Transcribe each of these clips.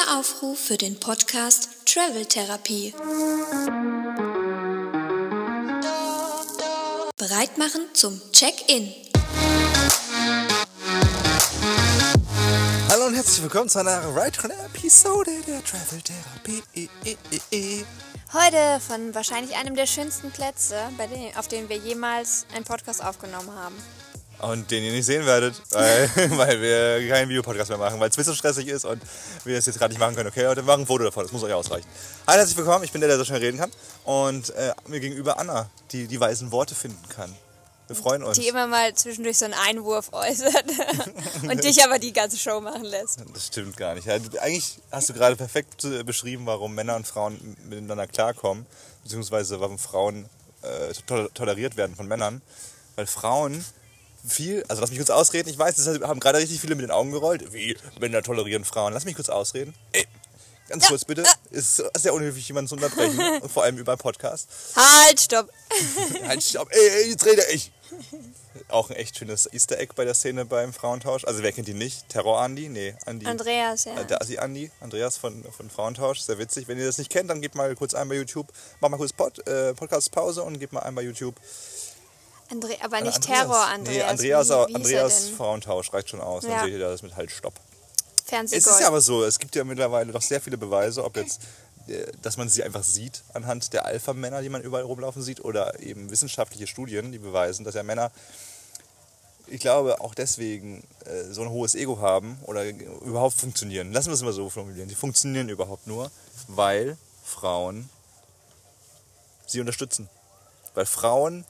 Aufruf für den Podcast Travel Therapie. Bereit machen zum Check-in. Hallo und herzlich willkommen zu einer weiteren Episode der Travel Therapie. Heute von wahrscheinlich einem der schönsten Plätze, auf denen wir jemals einen Podcast aufgenommen haben. Und den ihr nicht sehen werdet, weil wir keinen Videopodcast mehr machen, weil es ein bisschen stressig ist und wir es jetzt gerade nicht machen können. Okay, Leute, wir machen ein Foto davon, das muss euch ausreichen. Hallo, herzlich willkommen, ich bin der so schnell reden kann. Und mir gegenüber Anna, die weisen Worte finden kann. Wir freuen uns. Die immer mal zwischendurch so einen Einwurf äußert und dich aber die ganze Show machen lässt. Das stimmt gar nicht. Ja, eigentlich hast du gerade perfekt beschrieben, warum Männer und Frauen miteinander klarkommen, beziehungsweise warum Frauen toleriert werden von Männern. Weil Frauen also lass mich kurz ausreden, ich weiß, das haben gerade richtig viele mit den Augen gerollt. Wie, Männer tolerieren Frauen. Lass mich kurz ausreden. Ganz kurz bitte. Ist sehr unhöflich, jemanden zu unterbrechen. Und vor allem über einen Podcast. Halt, stopp! Halt, stopp! jetzt rede ich! Auch ein echt schönes Easter Egg bei der Szene beim Frauentausch. Also wer kennt ihn nicht? Terror-Andi? Nee, Andi. Andreas, ja. Der Assi-Andi. Andreas von Frauentausch. Sehr witzig. Wenn ihr das nicht kennt, dann gebt mal kurz ein bei YouTube. Macht mal kurz Podcast-Pause und gebt mal ein bei YouTube. Aber nicht Terror-Andreas. Nee, Andreas Frauentausch reicht schon aus. Ja. Dann seht ihr das mit Halt, Stopp. Es ist ja aber so, es gibt ja mittlerweile doch sehr viele Beweise, ob jetzt, dass man sie einfach sieht anhand der Alpha-Männer, die man überall rumlaufen sieht, oder eben wissenschaftliche Studien, die beweisen, dass ja Männer, ich glaube, auch deswegen so ein hohes Ego haben oder überhaupt funktionieren. Lassen wir es mal so formulieren. Sie funktionieren überhaupt nur, weil Frauen sie unterstützen. Weil Frauen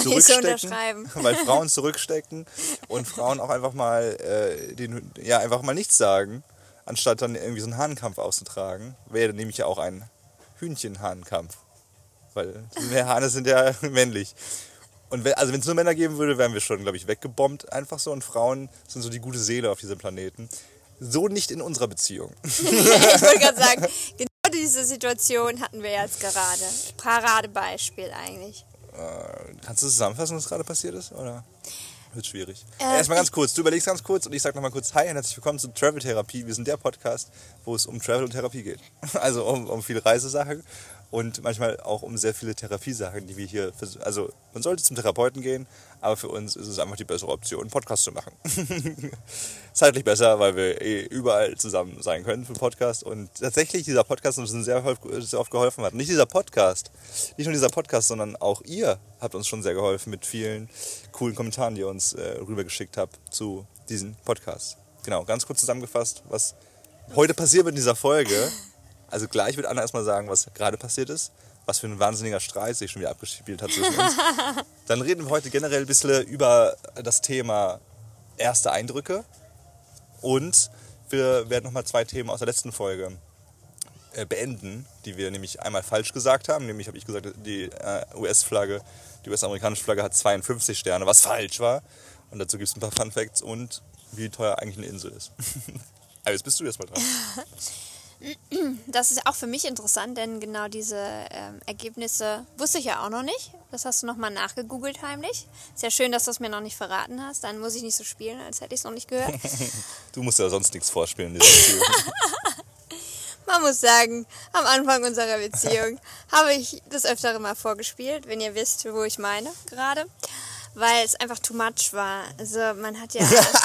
zurückstecken und Frauen auch einfach mal einfach mal nichts sagen, anstatt dann irgendwie so einen Hahnenkampf auszutragen, wäre nämlich ja auch ein Hühnchenhahnenkampf. Weil mehr Hahne sind ja männlich. Und wenn es nur Männer geben würde, wären wir schon, glaube ich, weggebombt einfach so. Und Frauen sind so die gute Seele auf diesem Planeten. So nicht in unserer Beziehung. Ich wollte gerade sagen, genau diese Situation hatten wir jetzt gerade. Paradebeispiel eigentlich. Kannst du zusammenfassen, was gerade passiert ist? Oder wird schwierig? Erstmal ganz kurz, du überlegst ganz kurz und ich sag nochmal kurz Hi und herzlich willkommen zu Travel Therapie. Wir sind der Podcast, wo es um Travel und Therapie geht. Also um viele Reisesachen und manchmal auch um sehr viele Therapiesachen, die wir hier also man sollte zum Therapeuten gehen, aber für uns ist es einfach die bessere Option, einen Podcast zu machen. Zeitlich besser, weil wir überall zusammen sein können für einen Podcast und tatsächlich dieser Podcast uns sehr oft geholfen hat. Nicht nur dieser Podcast, sondern auch ihr habt uns schon sehr geholfen mit vielen coolen Kommentaren, die ihr uns rübergeschickt habt zu diesem Podcast. Genau, ganz kurz zusammengefasst, was heute passiert wird in dieser Folge. Also gleich wird Anna erstmal sagen, was gerade passiert ist, was für ein wahnsinniger Streit sich schon wieder abgespielt hat zwischen uns. Dann reden wir heute generell ein bisschen über das Thema erste Eindrücke und wir werden nochmal 2 Themen aus der letzten Folge beenden, die wir nämlich einmal falsch gesagt haben. Nämlich habe ich gesagt, die US-Flagge, die US-amerikanische Flagge hat 52 Sterne, was falsch war. Und dazu gibt es ein paar Fun Facts und wie teuer eigentlich eine Insel ist. Aber jetzt bist du erstmal dran. Das ist auch für mich interessant, denn genau diese Ergebnisse wusste ich ja auch noch nicht. Das hast du nochmal nachgegoogelt heimlich. Ist ja schön, dass du es mir noch nicht verraten hast. Dann muss ich nicht so spielen, als hätte ich es noch nicht gehört. Du musst ja sonst nichts vorspielen in dieser Beziehung. Man muss sagen, am Anfang unserer Beziehung habe ich das öftere mal vorgespielt, wenn ihr wisst, wo ich meine gerade. Weil es einfach too much war. Also man hat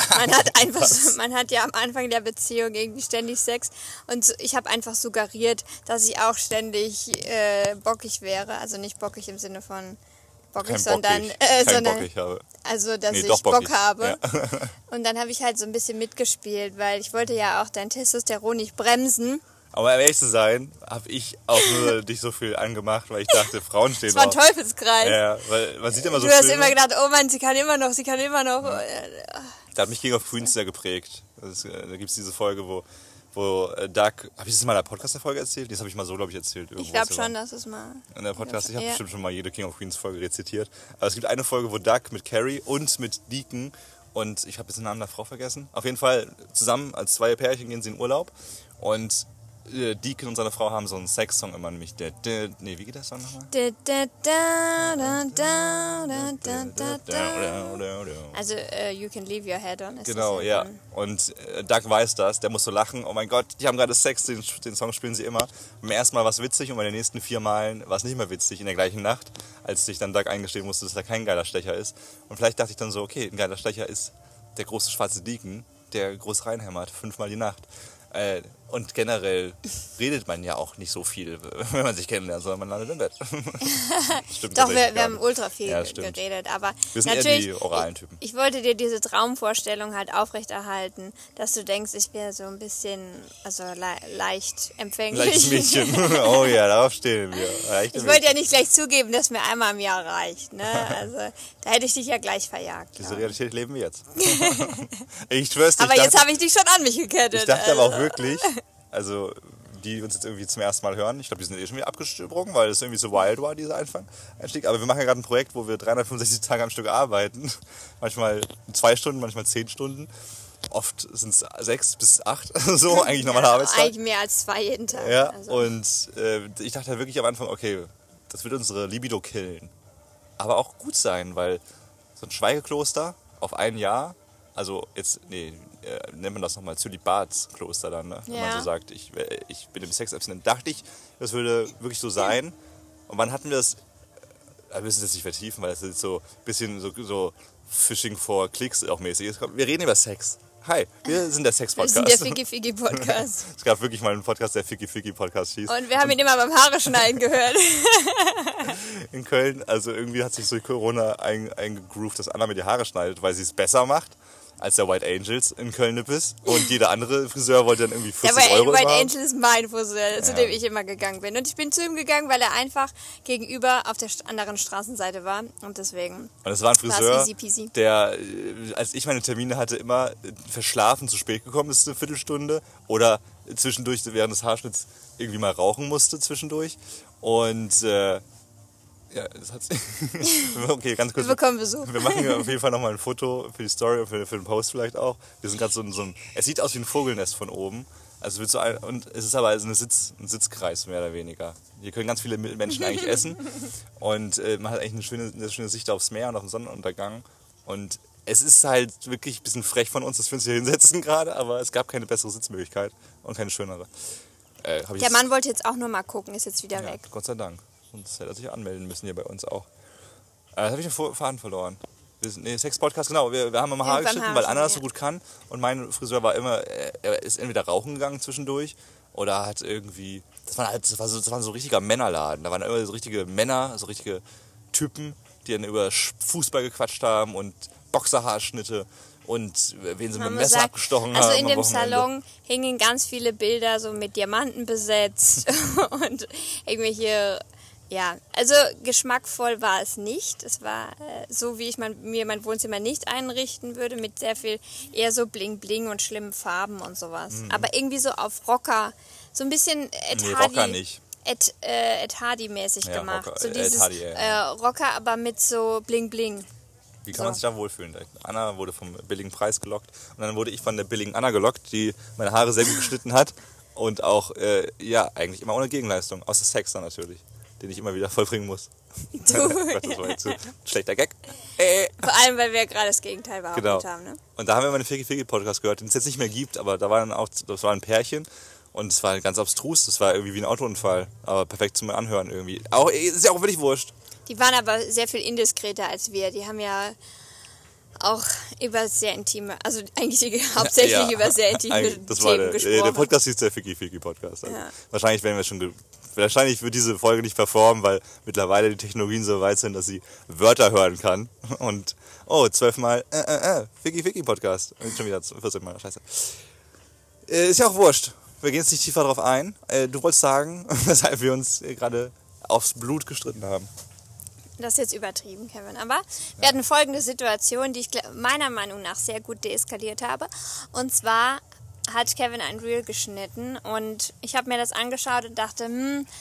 ja am Anfang der Beziehung irgendwie ständig Sex und ich habe einfach suggeriert, dass ich auch ständig bockig wäre. Also nicht bockig im Sinne von bockig, sondern bockig habe. Also dass ich bockig. Bock habe. Ja. Und dann habe ich halt so ein bisschen mitgespielt, weil ich wollte ja auch dein Testosteron nicht bremsen. Aber um ehrlich zu sein, habe ich auch nur dich so viel angemacht, weil ich dachte, Frauen stehen drauf. Das war ein Teufelskreis. Ja, weil man sieht immer so Du hast immer gedacht, oh Mann, sie kann immer noch. Ja. Da hat mich King of Queens sehr geprägt. Da gibt es diese Folge, wo Doug, habe ich das mal in der Podcast-Folge erzählt? Das habe ich mal so, glaube ich, erzählt. Ich glaube schon, dass es mal... In der Podcast, ich habe bestimmt schon mal jede King of Queens-Folge rezitiert. Aber es gibt eine Folge, wo Doug mit Carrie und mit Deacon und ich habe jetzt den Namen der Frau vergessen. Auf jeden Fall zusammen als 2 Pärchen gehen sie in Urlaub und Deacon und seine Frau haben so einen Sex-Song immer, nämlich nee, wie geht der Song nochmal? Also, You Can Leave Your Head On. Genau, ja. Und Doug weiß das, der muss so lachen, oh mein Gott, die haben gerade Sex, den Song spielen sie immer. Beim ersten Mal war es witzig und bei den nächsten 4 Malen war es nicht mehr witzig in der gleichen Nacht, als sich dann Doug eingestehen musste, dass er kein geiler Stecher ist. Und vielleicht dachte ich dann so, okay, ein geiler Stecher ist der große schwarze Deacon, der groß reinhämmert, 5-mal die Nacht. Und generell redet man ja auch nicht so viel, wenn man sich kennenlernt, sondern man landet im Bett. Stimmt. Doch, wir haben ultra viel geredet, aber wir sind natürlich, eher die oralen Typen. Ich wollte dir diese Traumvorstellung halt aufrechterhalten, dass du denkst, ich wäre so ein bisschen, also leicht empfänglich. Leichtes Mädchen. Oh ja, darauf stehen wir. Ich wollte ja nicht gleich zugeben, dass mir einmal im Jahr reicht, ne? Also da hätte ich dich ja gleich verjagt. Diese Realität leben wir jetzt. Ich schwör's dir. Aber jetzt habe ich dich schon an mich gekettet. Ich dachte aber auch wirklich, also die uns jetzt irgendwie zum ersten Mal hören, ich glaube, die sind schon wieder abgesprungen, weil es irgendwie so wild war, dieser Einstieg. Aber wir machen ja gerade ein Projekt, wo wir 365 Tage am Stück arbeiten. Manchmal 2 Stunden, manchmal 10 Stunden. Oft sind es 6 bis 8, so eigentlich normaler Arbeitstag. Eigentlich mehr als 2 jeden Tag. Ja, also. Und ich dachte halt wirklich am Anfang, okay, das wird unsere Libido killen. Aber auch gut sein, weil so ein Schweigekloster auf 1 Jahr, also jetzt, nennt man das nochmal Zölibatskloster dann, ne? Wenn man so sagt, ich bin im Sex abstinent. Dachte ich, das würde wirklich so sein. Und wann hatten wir das? Wir müssen das nicht vertiefen, weil das ist so ein bisschen so Fishing for Klicks auch mäßig ist. Wir reden über Sex. Hi, wir sind der Sex-Podcast. Wir sind der Ficky-Ficky-Podcast. Es gab wirklich mal einen Podcast, der Ficky-Ficky-Podcast hieß. Und wir haben ihn immer beim Haare schneiden gehört. In Köln, also irgendwie hat sich durch Corona eingegroovt, dass Anna mir die Haare schneidet, weil sie es besser macht als der White Angels in Köln-Nippes. Und jeder andere Friseur wollte dann irgendwie 40 Euro Der White Angel ist mein Friseur, zu dem ich immer gegangen bin. Und ich bin zu ihm gegangen, weil er einfach gegenüber auf der anderen Straßenseite war. Und deswegen. Und es war ein Friseur, easy peasy. Der, als ich meine Termine hatte, immer verschlafen zu spät gekommen ist, eine Viertelstunde. Oder zwischendurch während des Haarschnitts irgendwie mal rauchen musste zwischendurch. Und ja, das hat's. Okay, ganz kurz. Wir bekommen Besuch. Wir machen auf jeden Fall nochmal ein Foto für die Story und für den Post vielleicht auch. Wir sind gerade so ein. Es sieht aus wie ein Vogelnest von oben. Also wird so und es ist aber ein Sitzkreis mehr oder weniger. Hier können ganz viele Menschen eigentlich essen. Und man hat eigentlich eine schöne Sicht aufs Meer und auf den Sonnenuntergang. Und es ist halt wirklich ein bisschen frech von uns, dass wir uns hier hinsetzen gerade, aber es gab keine bessere Sitzmöglichkeit und keine schönere. Der Mann wollte jetzt auch nur mal gucken, ist jetzt wieder weg. Gott sei Dank. Sonst hätte er sich anmelden müssen hier bei uns auch. Jetzt habe ich den Faden verloren. Sex-Podcast, genau. Wir haben immer Haare geschnitten, weil Anna das so gut kann. Und mein Friseur war immer, er ist entweder rauchen gegangen zwischendurch oder hat irgendwie, das war so richtiger Männerladen. Da waren immer so richtige Männer, so richtige Typen, die dann über Fußball gequatscht haben und Boxerhaarschnitte. Und wen sie mit dem Messer abgestochen haben. Also in dem Salon hingen ganz viele Bilder so mit Diamanten besetzt und irgendwelche. Ja, also geschmackvoll war es nicht. Es war so, wie ich mir mein Wohnzimmer nicht einrichten würde, mit sehr viel eher so Bling-Bling und schlimmen Farben und sowas. Mhm. Aber irgendwie so auf Rocker, so ein bisschen Ed Hardy-mäßig gemacht. Rocker, so dieses Rocker, aber mit so Bling-Bling. Wie kann man sich da wohlfühlen? Anna wurde vom billigen Preis gelockt und dann wurde ich von der billigen Anna gelockt, die meine Haare sehr gut geschnitten hat und auch, eigentlich immer ohne Gegenleistung, außer Sex dann natürlich. Den ich immer wieder vollbringen muss. Du. Gott, das war jetzt so ein schlechter Gag. Vor allem, weil wir gerade das Gegenteil behauptet haben. Ne? Und da haben wir mal einen Ficky-Ficky-Podcast gehört, den es jetzt nicht mehr gibt, aber da war dann auch, das war ein Pärchen und es war ganz abstrus, das war irgendwie wie ein Autounfall, aber perfekt zum Anhören irgendwie. Auch, ist ja auch wirklich wurscht. Die waren aber sehr viel indiskreter als wir, die haben ja auch über sehr intime, also eigentlich hauptsächlich über sehr intime Themen gesprochen. Der Podcast hieß der Ficky-Ficky-Podcast. Also wahrscheinlich werden wir schon... Wahrscheinlich wird diese Folge nicht performen, weil mittlerweile die Technologien so weit sind, dass sie Wörter hören kann. Und, 12-mal, Ficky-Ficky-Podcast. Schon wieder 14 Mal, scheiße. Ist ja auch wurscht. Wir gehen jetzt nicht tiefer drauf ein. Du wolltest sagen, weshalb wir uns gerade aufs Blut gestritten haben. Das ist jetzt übertrieben, Kevin. Aber wir hatten folgende Situation, die ich meiner Meinung nach sehr gut deeskaliert habe. Und zwar hat Kevin ein Reel geschnitten und ich habe mir das angeschaut und dachte,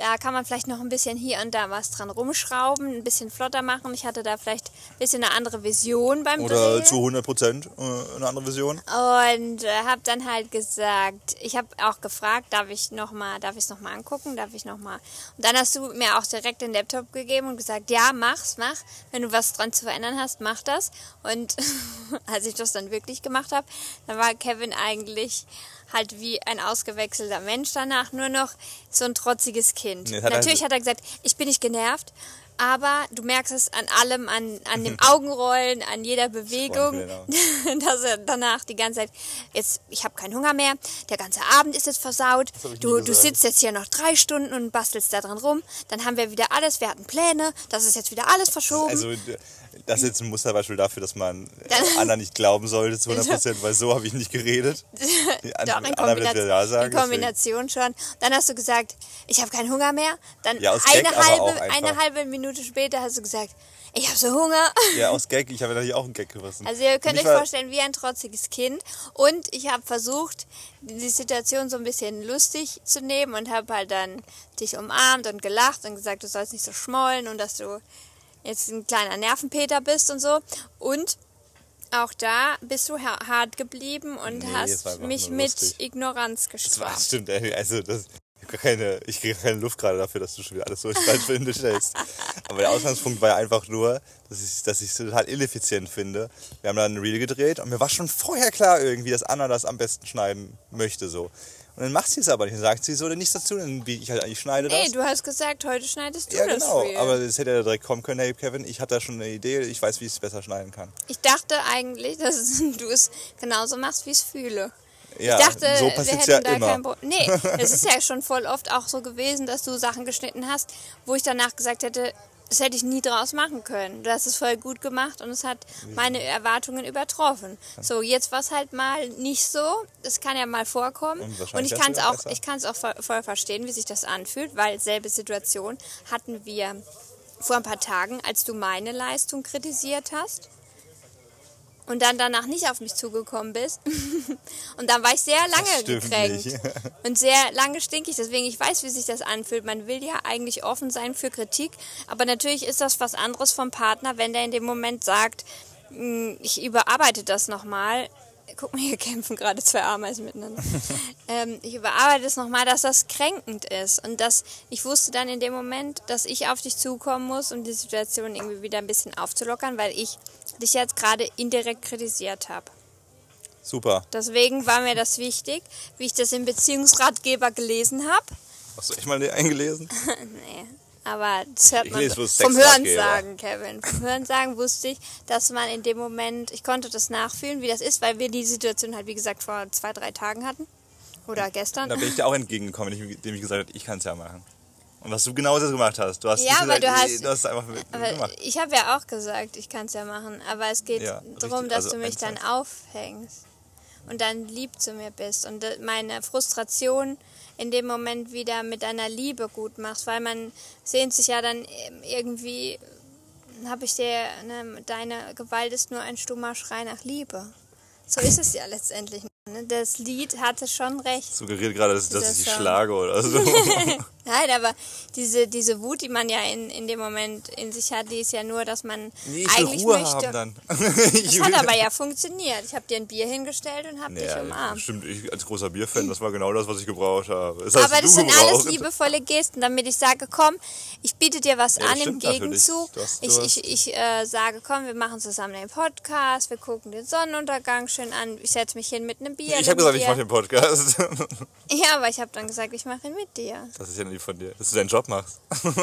da kann man vielleicht noch ein bisschen hier und da was dran rumschrauben, ein bisschen flotter machen. Ich hatte da vielleicht ein bisschen eine andere Vision beim Dreh. Oder zu 100% eine andere Vision. Und habe dann halt gesagt, ich habe auch gefragt, darf ich es nochmal angucken, Und dann hast du mir auch direkt den Laptop gegeben und gesagt, ja, mach. Wenn du was dran zu verändern hast, mach das. Und als ich das dann wirklich gemacht habe, dann war Kevin eigentlich halt wie ein ausgewechselter Mensch danach, nur noch so ein trotziges Kind. Nee, Natürlich hat er gesagt, ich bin nicht genervt, aber du merkst es an allem, an dem Augenrollen, an jeder Bewegung, dass er danach die ganze Zeit, ich habe keinen Hunger mehr, der ganze Abend ist jetzt versaut, du sitzt jetzt hier noch 3 Stunden und bastelst da dran rum, dann haben wir wieder alles, wir hatten Pläne, das ist jetzt wieder alles verschoben. Also das ist jetzt ein Musterbeispiel dafür, dass man anderen nicht glauben sollte zu 100%, weil so habe ich nicht geredet. Doch, in Kombination schon. Dann hast du gesagt, ich habe keinen Hunger mehr. Dann ja, eine halbe Minute später hast du gesagt, ich habe so Hunger. Ja, aus Gag. Ich habe natürlich auch einen Gag gerissen. Also ihr könnt euch vorstellen, wie ein trotziges Kind. Und ich habe versucht, die Situation so ein bisschen lustig zu nehmen und habe halt dann dich umarmt und gelacht und gesagt, du sollst nicht so schmollen und dass du jetzt ein kleiner Nervenpeter bist und so. Und auch da bist du hart geblieben und hast mich mit Ignoranz gestraft. Das stimmt, also ich kriege keine Luft gerade dafür, dass du schon wieder alles so falsch stellst. Aber der Ausgangspunkt war ja einfach nur, dass ich es total ineffizient finde. Wir haben dann ein Reel gedreht und mir war schon vorher klar irgendwie, dass Anna das am besten schneiden möchte so. Und dann macht sie es aber nicht. Dann sagt sie so, dann nichts dazu, dann ich halt eigentlich schneide das. Nee, du hast gesagt, heute schneidest du das. Ja, genau. Reel. Aber es hätte ja direkt kommen können, hey Kevin, ich habe da schon eine Idee, ich weiß, wie ich es besser schneiden kann. Ich dachte eigentlich, dass du es genauso machst, wie ich es fühle. Ja, ich dachte, so passiert's ja immer. Nee, es ist ja schon voll oft auch so gewesen, dass du Sachen geschnitten hast, wo ich danach gesagt hätte, das hätte ich nie draus machen können. Du hast es voll gut gemacht und es hat meine Erwartungen übertroffen. So, jetzt war es halt mal nicht so. Das kann ja mal vorkommen. Und ich kann es auch voll verstehen, wie sich das anfühlt, weil selbe Situation hatten wir vor ein paar Tagen, als du meine Leistung kritisiert hast. Und dann danach nicht auf mich zugekommen bist. Und dann war ich sehr lange gekränkt. Und sehr lange stinkig. Deswegen, ich weiß, wie sich das anfühlt. Man will ja eigentlich offen sein für Kritik. Aber natürlich ist das was anderes vom Partner, wenn der in dem Moment sagt, ich überarbeite das nochmal. Guck mal, hier kämpfen gerade 2 Ameisen miteinander. Ich überarbeite es nochmal, dass das kränkend ist. Und dass ich wusste dann in dem Moment, dass ich auf dich zukommen muss, um die Situation irgendwie wieder ein bisschen aufzulockern, weil ich dich jetzt gerade indirekt kritisiert habe. Super. Deswegen war mir das wichtig, wie ich das im Beziehungsratgeber gelesen habe. Hast du echt mal eingelesen? Nee. Aber das hört man vom Hörensagen, Kevin. Vom Hörensagen wusste ich, dass man in dem Moment, ich konnte das nachfühlen, wie das ist, weil wir die Situation halt, wie gesagt, vor 2-3 Tagen hatten. Oder gestern. Da bin ich dir auch entgegengekommen, indem ich gesagt habe, ich kann es ja machen. Und was du genau das gemacht hast. Du hast ja, gesagt, du hast es einfach gemacht. Ich habe ja auch gesagt, ich kann es ja machen. Aber es geht darum, dass du mich dann aufhängst. Und dann lieb zu mir bist. Und meine Frustration in dem Moment wieder mit deiner Liebe gut machst, weil man sehnt sich ja dann irgendwie, habe ich dir, deine Gewalt ist nur ein stummer Schrei nach Liebe. So ist es ja letztendlich. Ne? Das Lied hatte schon recht. Suggeriert gerade, dass ich dich schlage oder so. Nein, aber diese Wut, die man ja in dem Moment in sich hat, die ist ja nur, dass man eigentlich Ruhe möchte. Haben dann. Das hat aber ja funktioniert. Ich habe dir ein Bier hingestellt und habe dich umarmt. Stimmt, ich als großer Bierfan, das war genau das, was ich gebraucht habe. Aber das sind alles liebevolle Gesten, damit ich sage, komm, ich biete dir was an im Gegenzug. Ich sage, komm, wir machen zusammen den Podcast, wir gucken den Sonnenuntergang schön an, ich setze mich hin mit einem Bier. Ich habe gesagt, ich mache den Podcast. Ja, aber ich habe dann gesagt, ich mache ihn mit dir. Das ist ja lieb von dir, dass du deinen Job machst.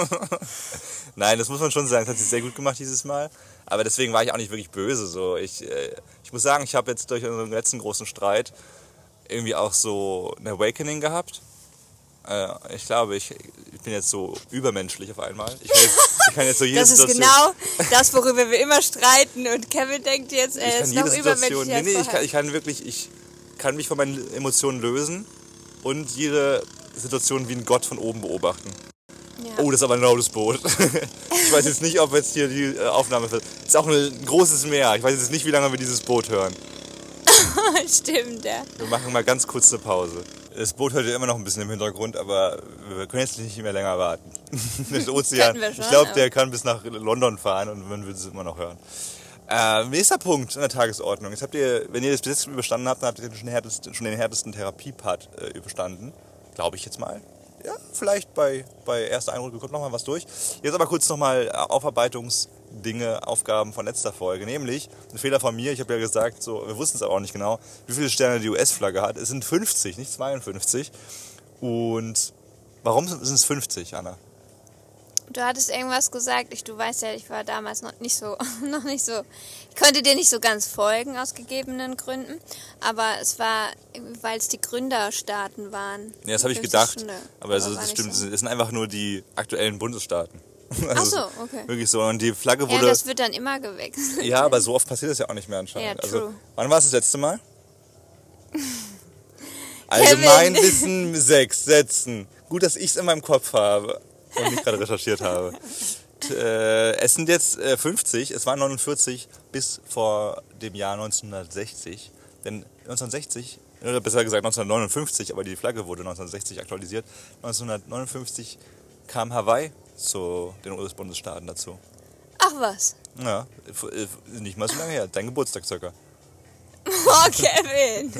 Nein, das muss man schon sagen, das hat sie sehr gut gemacht dieses Mal. Aber deswegen war ich auch nicht wirklich böse. So. Ich muss sagen, ich habe jetzt durch unseren letzten großen Streit irgendwie auch so ein Awakening gehabt. Ich glaube, ich bin jetzt so übermenschlich auf einmal. Ich kann jetzt so jede Das ist Situation, genau das, worüber wir immer streiten. Und Kevin denkt jetzt, er ist noch übermenschlicher. Ich kann mich von meinen Emotionen lösen und jede Situation wie ein Gott von oben beobachten. Ja. Oh, das ist aber ein lautes Boot. Ich weiß jetzt nicht, ob jetzt hier die Aufnahme wird. Es ist auch ein großes Meer. Ich weiß jetzt nicht, wie lange wir dieses Boot hören. Stimmt, ja. Wir machen mal ganz kurz eine Pause. Das Boot hört ja immer noch ein bisschen im Hintergrund, aber wir können jetzt nicht mehr länger warten. Der Ozean, wir schon, ich glaube, ja. der kann bis nach London fahren und man wird es immer noch hören. Nächster Punkt in der Tagesordnung. Jetzt wenn ihr das bis jetzt überstanden habt, dann habt ihr schon den härtesten Therapiepart überstanden. Glaube ich jetzt mal. Ja, vielleicht bei erster Eindrücke kommt noch mal was durch. Jetzt aber kurz nochmal Aufarbeitungsdinge, Aufgaben von letzter Folge. Nämlich, ein Fehler von mir, ich habe ja gesagt, so, wir wussten es aber auch nicht genau, wie viele Sterne die US-Flagge hat. Es sind 50, nicht 52. Und warum sind es 50, Anna? Du hattest irgendwas gesagt, du weißt ja, ich war damals noch nicht so, ich konnte dir nicht so ganz folgen aus gegebenen Gründen, aber es war, weil es die Gründerstaaten waren. Ja, das habe ich gedacht, aber das stimmt, so. Es sind einfach nur die aktuellen Bundesstaaten. Also ach so, okay. Wirklich so, und die Flagge wurde... Ja, das wird dann immer gewechselt. Ja, aber so oft passiert das ja auch nicht mehr anscheinend. Ja, also, true. wann war es das letzte Mal? Allgemeinwissen 6 Sätzen. Gut, dass ich es in meinem Kopf habe und nicht gerade recherchiert habe. Es sind jetzt 50, es waren 49 bis vor dem Jahr 1960. Denn 1960, oder besser gesagt 1959, aber die Flagge wurde 1960 aktualisiert. 1959 kam Hawaii zu den US-Bundesstaaten dazu. Ach was. Ja, nicht mal so lange her. Dein Geburtstag circa. Oh, Kevin.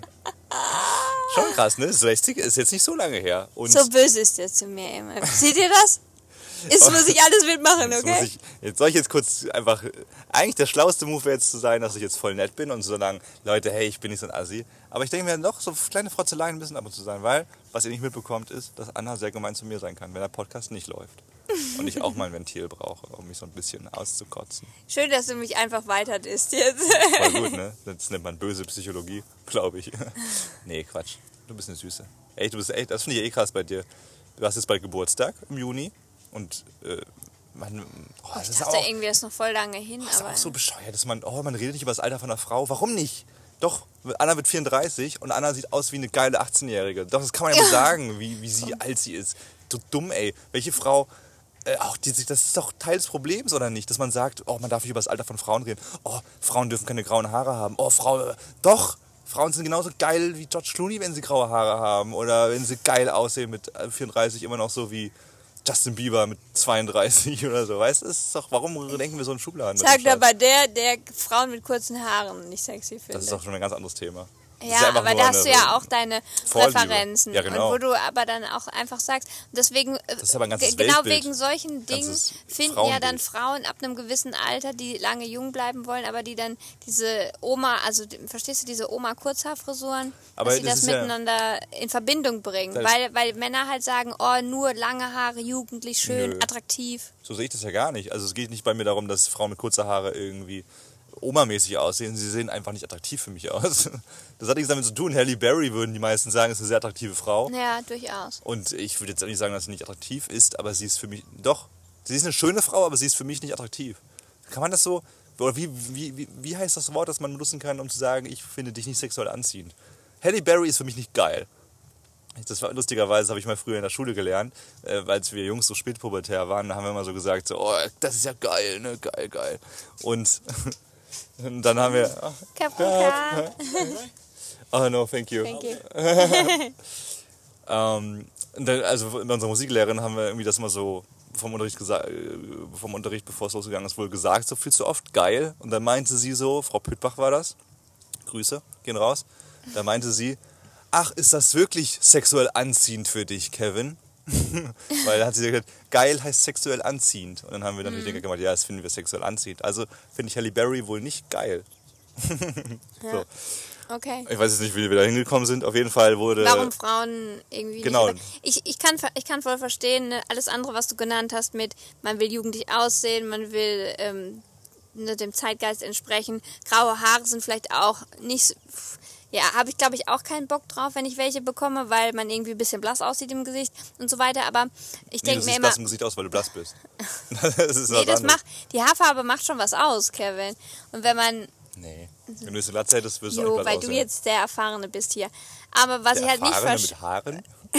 Schon krass, ne? 60 ist jetzt nicht so lange her. Und So böse ist der zu mir immer. Seht ihr das? Jetzt muss ich alles mitmachen, okay? Jetzt soll ich jetzt kurz einfach... Eigentlich der schlauste Move wäre jetzt zu sein, dass ich jetzt voll nett bin und so sagen, Leute, hey, ich bin nicht so ein Assi. Aber ich denke mir doch, so kleine Frotzeleien müssen ab und zu sein, weil, was ihr nicht mitbekommt, ist, dass Anna sehr gemein zu mir sein kann, wenn der Podcast nicht läuft. Und ich auch mal ein Ventil brauche, um mich so ein bisschen auszukotzen. Schön, dass du mich einfach weiter disst jetzt. Voll gut, ne? Das nennt man böse Psychologie, glaube ich. Nee, Quatsch. Du bist eine Süße. Ey, du bist echt, das finde ich echt krass bei dir. Du hast jetzt bald Geburtstag im Juni und das Ich dachte irgendwie, das ist noch voll lange hin. Das ist Aber auch so bescheuert, dass man redet nicht über das Alter von einer Frau. Warum nicht? Doch, Anna wird 34 und Anna sieht aus wie eine geile 18-Jährige. Doch, das kann man ja mal sagen, wie sie alt sie ist. So dumm, ey. Welche Frau, das ist doch Teil des Problems, oder nicht? Dass man sagt, oh, man darf nicht über das Alter von Frauen reden. Oh, Frauen dürfen keine grauen Haare haben. Oh, doch. Frauen sind genauso geil wie George Clooney, wenn sie graue Haare haben. Oder wenn sie geil aussehen mit 34 immer noch so wie Justin Bieber mit 32 oder so. Weißt du, warum denken wir so in Schubladen? sagt aber der Frauen mit kurzen Haaren nicht sexy findet. Das ist doch schon ein ganz anderes Thema. Ja, aber da hast du ja auch deine Vorliebe. Präferenzen. Ja, genau. Und wo du aber dann auch einfach sagst, deswegen, das ist aber ein ganzes genau Weltbild. wegen solchen Dingen Ganzes finden ja dann Frauen ab einem gewissen Alter, die lange jung bleiben wollen, aber die dann diese Oma, also verstehst du, diese Oma-Kurzhaarfrisuren, dass sie das miteinander in Verbindung bringen. Weil Männer halt sagen, oh, nur lange Haare, jugendlich, schön, attraktiv. So sehe ich das ja gar nicht. Also es geht nicht bei mir darum, dass Frauen mit kurzer Haare irgendwie Oma-mäßig aussehen. Sie sehen einfach nicht attraktiv für mich aus. Das hat nichts damit zu tun. Halle Berry würden die meisten sagen, ist eine sehr attraktive Frau. Ja, durchaus. Und ich würde jetzt auch nicht sagen, dass sie nicht attraktiv ist, aber sie ist für mich, doch, sie ist eine schöne Frau, aber sie ist für mich nicht attraktiv. Kann man das so, oder wie heißt das Wort, das man benutzen kann, um zu sagen, ich finde dich nicht sexuell anziehend? Halle Berry ist für mich nicht geil. Das war lustigerweise, habe ich mal früher in der Schule gelernt, als wir Jungs so spätpubertär waren, da haben wir immer so gesagt, so, oh, das ist ja geil, ne, geil. Und dann haben wir... Caprica. Oh no, thank you. Thank you. Also in unserer Musiklehrerin haben wir irgendwie das mal so vom Unterricht, bevor es losgegangen ist, wohl gesagt, so viel zu oft, geil. Und dann meinte sie so, Frau Püttbach war das, Grüße, gehen raus, da meinte sie, ach, ist das wirklich sexuell anziehend für dich, Kevin? Weil da hat sie gesagt, geil heißt sexuell anziehend. Und dann haben wir natürlich gemacht, ja, das finden wir sexuell anziehend. Also finde ich Halle Berry wohl nicht geil. So. Okay. Ich weiß jetzt nicht, wie wir da hingekommen sind. Auf jeden Fall wurde... Warum Frauen irgendwie genau. nicht... Ich kann voll verstehen, ne, alles andere, was du genannt hast mit, man will jugendlich aussehen, man will dem Zeitgeist entsprechen. Graue Haare sind vielleicht auch nicht... Ja, habe ich, glaube ich, auch keinen Bock drauf, wenn ich welche bekomme, weil man irgendwie ein bisschen blass aussieht im Gesicht und so weiter. Aber ich denke mir immer... Du siehst blass im Gesicht aus, weil du blass bist. Das ist nee, die Haarfarbe macht schon was aus, Kevin. Und wenn man... Nee. Wenn du jetzt eine Latze hättest, würdest du auch nicht weil blass du aussehen. jetzt der Erfahrene bist hier. Aber was ich halt nicht verstehe... mit Haaren?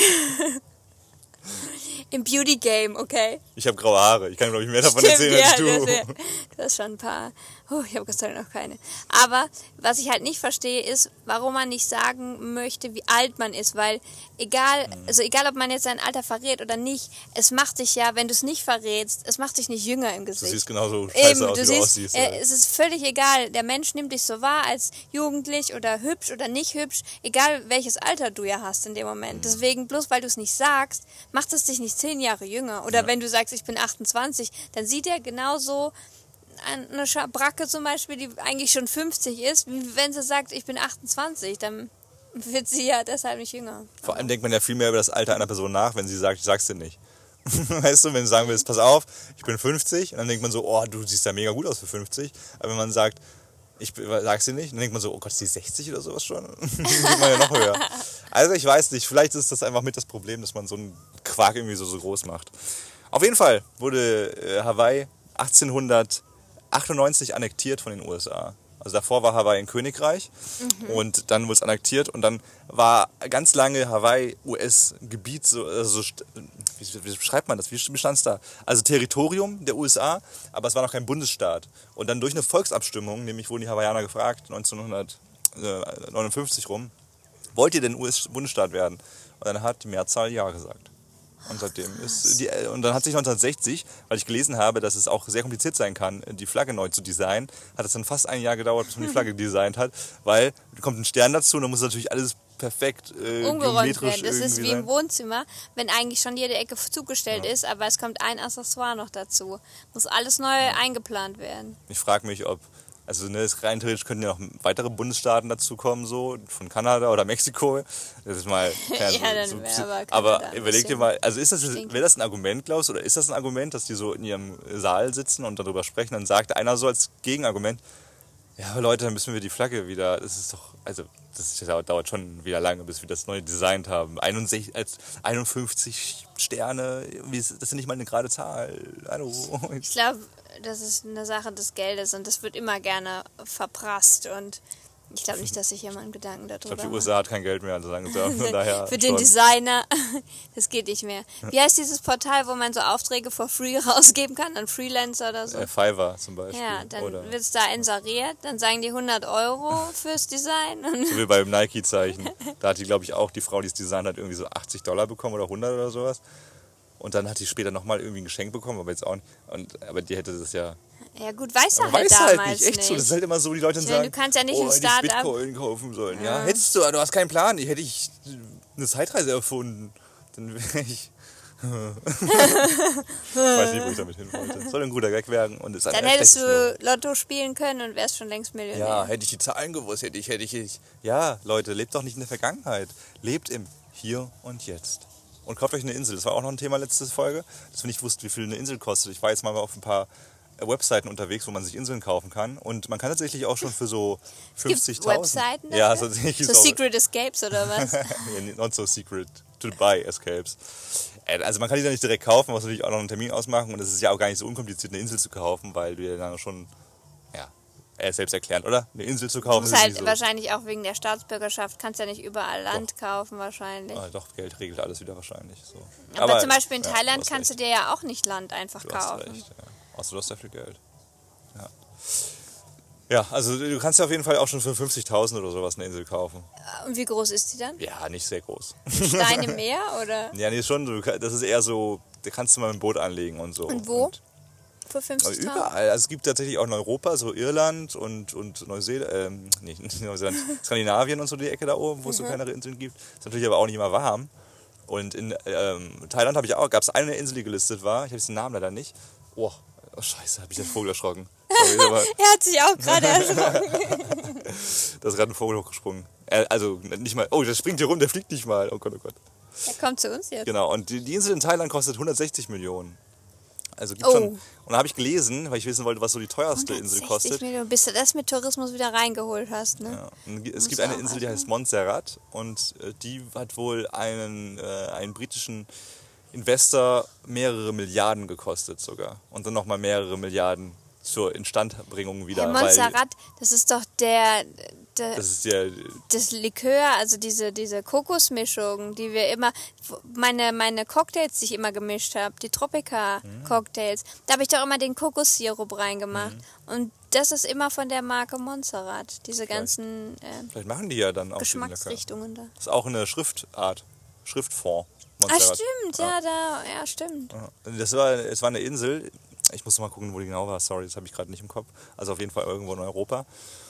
Im Beauty-Game, okay? Ich habe graue Haare. Ich kann, glaube ich, mehr davon erzählen als du. Du hast schon ein paar Ich habe Gott sei Dank noch keine. Aber was ich halt nicht verstehe, ist, warum man nicht sagen möchte, wie alt man ist. Weil egal ob man jetzt sein Alter verrät oder nicht, es macht dich ja, wenn du es nicht verrätst, es macht dich nicht jünger im Gesicht. Du siehst genauso scheiße aus, wie du aussiehst. Es ist völlig egal. Der Mensch nimmt dich so wahr als jugendlich oder hübsch oder nicht hübsch, egal welches Alter du ja hast in dem Moment. Deswegen, bloß weil du es nicht sagst, macht es dich nicht 10 Jahre jünger. Oder wenn du sagst, ich bin 28, dann sieht er genauso eine Schabracke zum Beispiel, die eigentlich schon 50 ist, wie wenn sie sagt, ich bin 28, dann wird sie ja deshalb nicht jünger. Vor allem denkt man ja viel mehr über das Alter einer Person nach, wenn sie sagt, ich sag's dir nicht. Weißt du, wenn du sagen willst, pass auf, ich bin 50, und dann denkt man so, oh, du siehst ja mega gut aus für 50. Aber wenn man sagt, ich sag's dir nicht, dann denkt man so, oh Gott, ist die 60 oder sowas schon? Dann sieht man ja noch höher. Also ich weiß nicht, vielleicht ist das einfach mit das Problem, dass man so einen Quark irgendwie so groß macht. Auf jeden Fall wurde Hawaii 1898 annektiert von den USA. Also davor war Hawaii ein Königreich und dann wurde es annektiert und dann war ganz lange Hawaii US-Gebiet, wie beschreibt man das, wie stand es da? Also Territorium der USA, aber es war noch kein Bundesstaat. Und dann durch eine Volksabstimmung, nämlich wurden die Hawaiianer gefragt, 1959 rum, wollt ihr denn US-Bundesstaat werden? Und dann hat die Mehrzahl Ja gesagt. Und seitdem und dann hat sich 1960, weil ich gelesen habe, dass es auch sehr kompliziert sein kann, die Flagge neu zu designen, hat es dann fast ein Jahr gedauert, bis man die Flagge designt hat, weil da kommt ein Stern dazu und dann muss natürlich alles perfekt umgeräumt werden. Das ist wie sein. im Wohnzimmer, wenn eigentlich schon jede Ecke zugestellt ist, aber es kommt ein Accessoire noch dazu. Muss alles neu eingeplant werden. Ich frage mich, ob rein theoretisch könnten ja noch weitere Bundesstaaten dazu kommen, so von Kanada oder Mexiko. Das ist mal. Dann wäre aber überleg dir mal, also wäre das ein Argument, Klaus, oder ist das ein Argument, dass die so in ihrem Saal sitzen und darüber sprechen? Dann sagt einer so als Gegenargument, ja, aber Leute, dann müssen wir die Flagge wieder. Das dauert schon wieder lange, bis wir das neu designt haben. 51 Sterne, das ist nicht mal eine gerade Zahl. Hallo. Ich glaube, das ist eine Sache des Geldes und das wird immer gerne verprasst und ich glaube nicht, dass sich jemand Gedanken darüber macht. Ich glaube, die USA hat kein Geld mehr, also langsam. Von daher für den Designer, das geht nicht mehr. Wie heißt dieses Portal, wo man so Aufträge for free rausgeben kann, an Freelancer oder so? Fiverr zum Beispiel. Ja, dann wird es da inseriert, dann sagen die 100 € fürs Design. So wie beim Nike-Zeichen. Da hat die, glaube ich, auch die Frau, die es designt hat, irgendwie so $80 bekommen oder 100 oder sowas. Und dann hat die später nochmal irgendwie ein Geschenk bekommen, aber jetzt auch nicht. Aber die hätte das ja... Ja gut, weiß er halt damals nicht. Echt so, das ist halt immer so, die Leute sagen, du kannst ja nicht ein Start-up... Bitcoin kaufen sollen. Ja, hättest du hast keinen Plan. Hätte ich eine Zeitreise erfunden, dann wäre ich... ich weiß nicht, wo ich damit hin wollte. Soll ein guter Gag werden. Und ist dann hättest du Lotto spielen können und wärst schon längst Millionär. Ja, hätte ich die Zahlen gewusst, hätte ich. Ja, Leute, lebt doch nicht in der Vergangenheit. Lebt im Hier und Jetzt. Und kauft euch eine Insel. Das war auch noch ein Thema letzte Folge, dass wir nicht wussten, wie viel eine Insel kostet. Ich war jetzt mal auf ein paar Webseiten unterwegs, wo man sich Inseln kaufen kann. Und man kann tatsächlich auch schon für so 50.000... Webseiten dafür? Ja, so Secret Escapes oder was? Not so secret to buy escapes. Also man kann die dann nicht direkt kaufen, man muss natürlich auch noch einen Termin ausmachen. Und es ist ja auch gar nicht so unkompliziert, eine Insel zu kaufen, weil du ja dann schon... selbst erklärt, oder? Eine Insel zu kaufen. Du musst halt so. Wahrscheinlich auch wegen der Staatsbürgerschaft, kannst ja nicht überall Land kaufen wahrscheinlich. Doch, Geld regelt alles wieder wahrscheinlich. So. Aber zum Beispiel in Thailand kannst du dir ja auch nicht Land einfach kaufen. Hast recht, ja. Außer du hast ja viel Geld. Ja, also du kannst ja auf jeden Fall auch schon für 50.000 oder sowas eine Insel kaufen. Und wie groß ist die dann? Ja, nicht sehr groß. Steine im Meer, oder? Ja, nee, schon. Das ist eher so, da kannst du mal ein Boot anlegen und so. Und wo? Für 50.000? Überall. Also es gibt tatsächlich auch in Europa, so Irland und Neuseeland, nicht Neuseeland, Skandinavien und so die Ecke da oben, wo es so kleinere Inseln gibt. Ist natürlich aber auch nicht immer warm. Und in Thailand gab es eine Insel, die gelistet war. Ich habe jetzt den Namen leider nicht. Oh scheiße, habe ich den Vogel erschrocken. Sorry, er hat sich auch gerade erschrocken. Da ist gerade ein Vogel hochgesprungen. Also nicht mal, das springt hier rum, der fliegt nicht mal. Oh Gott, oh Gott. Der kommt zu uns jetzt. Genau, und die Insel in Thailand kostet 160 Millionen. Also gibt schon. Und da habe ich gelesen, weil ich wissen wollte, was so die teuerste Insel kostet. 160 Millionen, bis du das mit Tourismus wieder reingeholt hast, ne? Ja. Es gibt eine Insel, die heißt Montserrat und die hat wohl einen britischen Investor mehrere Milliarden gekostet sogar. Und dann nochmal mehrere Milliarden zur Instandbringung wieder. Montserrat, das ist doch das Likör, also diese Kokosmischung, die wir immer, meine Cocktails, die ich immer gemischt habe, die Tropica-Cocktails, da habe ich doch immer den Kokossirup reingemacht. Und das ist immer von der Marke Montserrat. Diese ganzen Vielleicht machen die ja dann auch Geschmacksrichtungen da. Das ist auch eine Schriftart, Schriftform. Montserrat. Stimmt, stimmt. Es war eine Insel, ich muss mal gucken, wo die genau war, sorry, das habe ich gerade nicht im Kopf. Also auf jeden Fall irgendwo in Europa.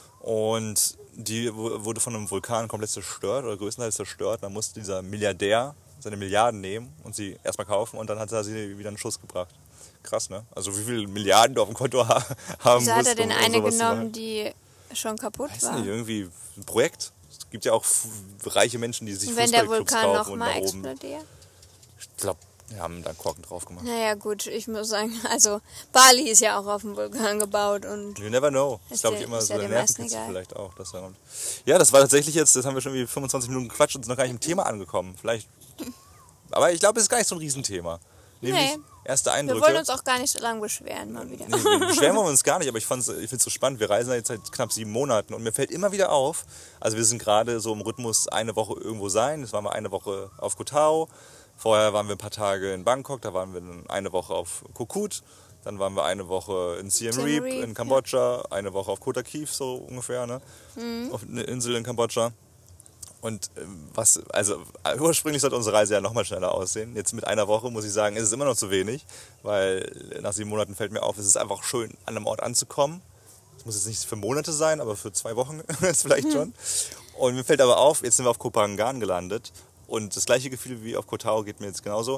Und die wurde von einem Vulkan komplett zerstört oder größtenteils zerstört. Da musste dieser Milliardär seine Milliarden nehmen und sie erstmal kaufen und dann hat er sie wieder in Schuss gebracht. Krass, ne? Also wie viele Milliarden du auf dem Konto haben musst. Wieso hat er denn eine genommen, die schon kaputt war? Weiß nicht, irgendwie ein Projekt. Es gibt ja auch reiche Menschen, die sich Fußballclubs kaufen noch und mal nach oben. explodiert? Ich glaube, wir haben da Korken drauf gemacht. Naja gut, ich muss sagen, also Bali ist ja auch auf dem Vulkan gebaut und... You never know. Das glaube ich immer so der Nervenkitzel vielleicht auch. Ja, das war tatsächlich jetzt, das haben wir schon wie 25 Minuten gequatscht und sind noch gar nicht im Thema angekommen. Vielleicht, aber ich glaube, es ist gar nicht so ein Riesenthema. Nämlich erste Eindrücke. Wir wollen uns auch gar nicht so lange beschweren mal wieder. Nee, beschweren wir uns gar nicht, aber ich finde es so spannend. Wir reisen jetzt seit knapp 7 Monaten und mir fällt immer wieder auf, also wir sind gerade so im Rhythmus eine Woche irgendwo sein. Jetzt waren wir eine Woche auf Koh Tao. Vorher waren wir ein paar Tage in Bangkok, da waren wir eine Woche auf Koh Koot, dann waren wir eine Woche in Siem Reap in Kambodscha, eine Woche auf Koh Tao so ungefähr, ne? Auf eine Insel in Kambodscha. Und ursprünglich sollte unsere Reise ja nochmal schneller aussehen. Jetzt mit einer Woche muss ich sagen, ist es immer noch zu wenig, weil nach 7 Monaten fällt mir auf, es ist einfach schön, an einem Ort anzukommen. Es muss jetzt nicht für Monate sein, aber für 2 Wochen ist vielleicht schon. Und mir fällt aber auf, jetzt sind wir auf Koh Phangan gelandet. Und das gleiche Gefühl wie auf Koh Tao geht mir jetzt genauso.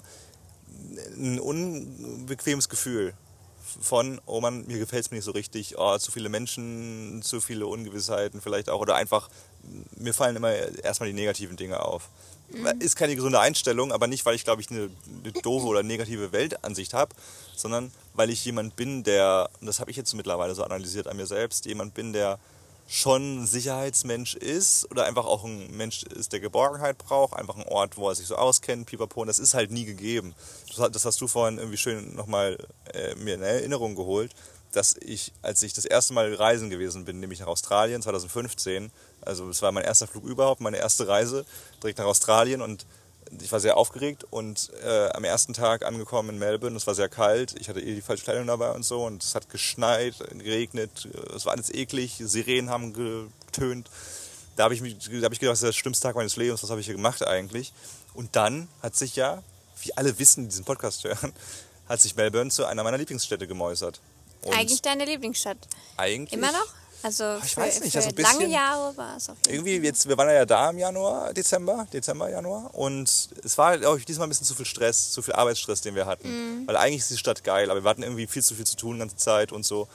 Ein unbequemes Gefühl von, oh Mann, mir gefällt es mir nicht so richtig, zu viele Menschen, zu viele Ungewissheiten vielleicht auch. Oder einfach, mir fallen immer erstmal die negativen Dinge auf. Ist keine gesunde Einstellung, aber nicht, weil ich, glaube ich, eine doofe oder negative Weltansicht habe, sondern weil ich jemand bin, der, und das habe ich jetzt mittlerweile so analysiert an mir selbst, jemand bin, der schon ein Sicherheitsmensch ist oder einfach auch ein Mensch ist, der Geborgenheit braucht, einfach ein Ort, wo er sich so auskennt, pipapo, und das ist halt nie gegeben. Das hast du vorhin irgendwie schön nochmal mir in Erinnerung geholt, dass ich, als ich das erste Mal reisen gewesen bin, nämlich nach Australien 2015, also es war mein erster Flug überhaupt, meine erste Reise direkt nach Australien und ich war sehr aufgeregt und am ersten Tag angekommen in Melbourne, es war sehr kalt, ich hatte die falsche Kleidung dabei und so und es hat geschneit, geregnet, es war alles eklig, Sirenen haben getönt. Da habe ich gedacht, das ist der schlimmste Tag meines Lebens, was habe ich hier gemacht eigentlich? Und dann hat sich ja, wie alle wissen, die diesen Podcast hören, hat sich Melbourne zu einer meiner Lieblingsstädte gemäusert. Und eigentlich deine Lieblingsstadt? Eigentlich. Immer noch? Also ich weiß nicht, also ein lange bisschen, Jahre war es auf jeden irgendwie jetzt, wir waren ja da im Dezember, Januar und es war, glaube ich, diesmal ein bisschen zu viel Stress, zu viel Arbeitsstress, den wir hatten, weil eigentlich ist die Stadt geil, aber wir hatten irgendwie viel zu viel zu tun die ganze Zeit und so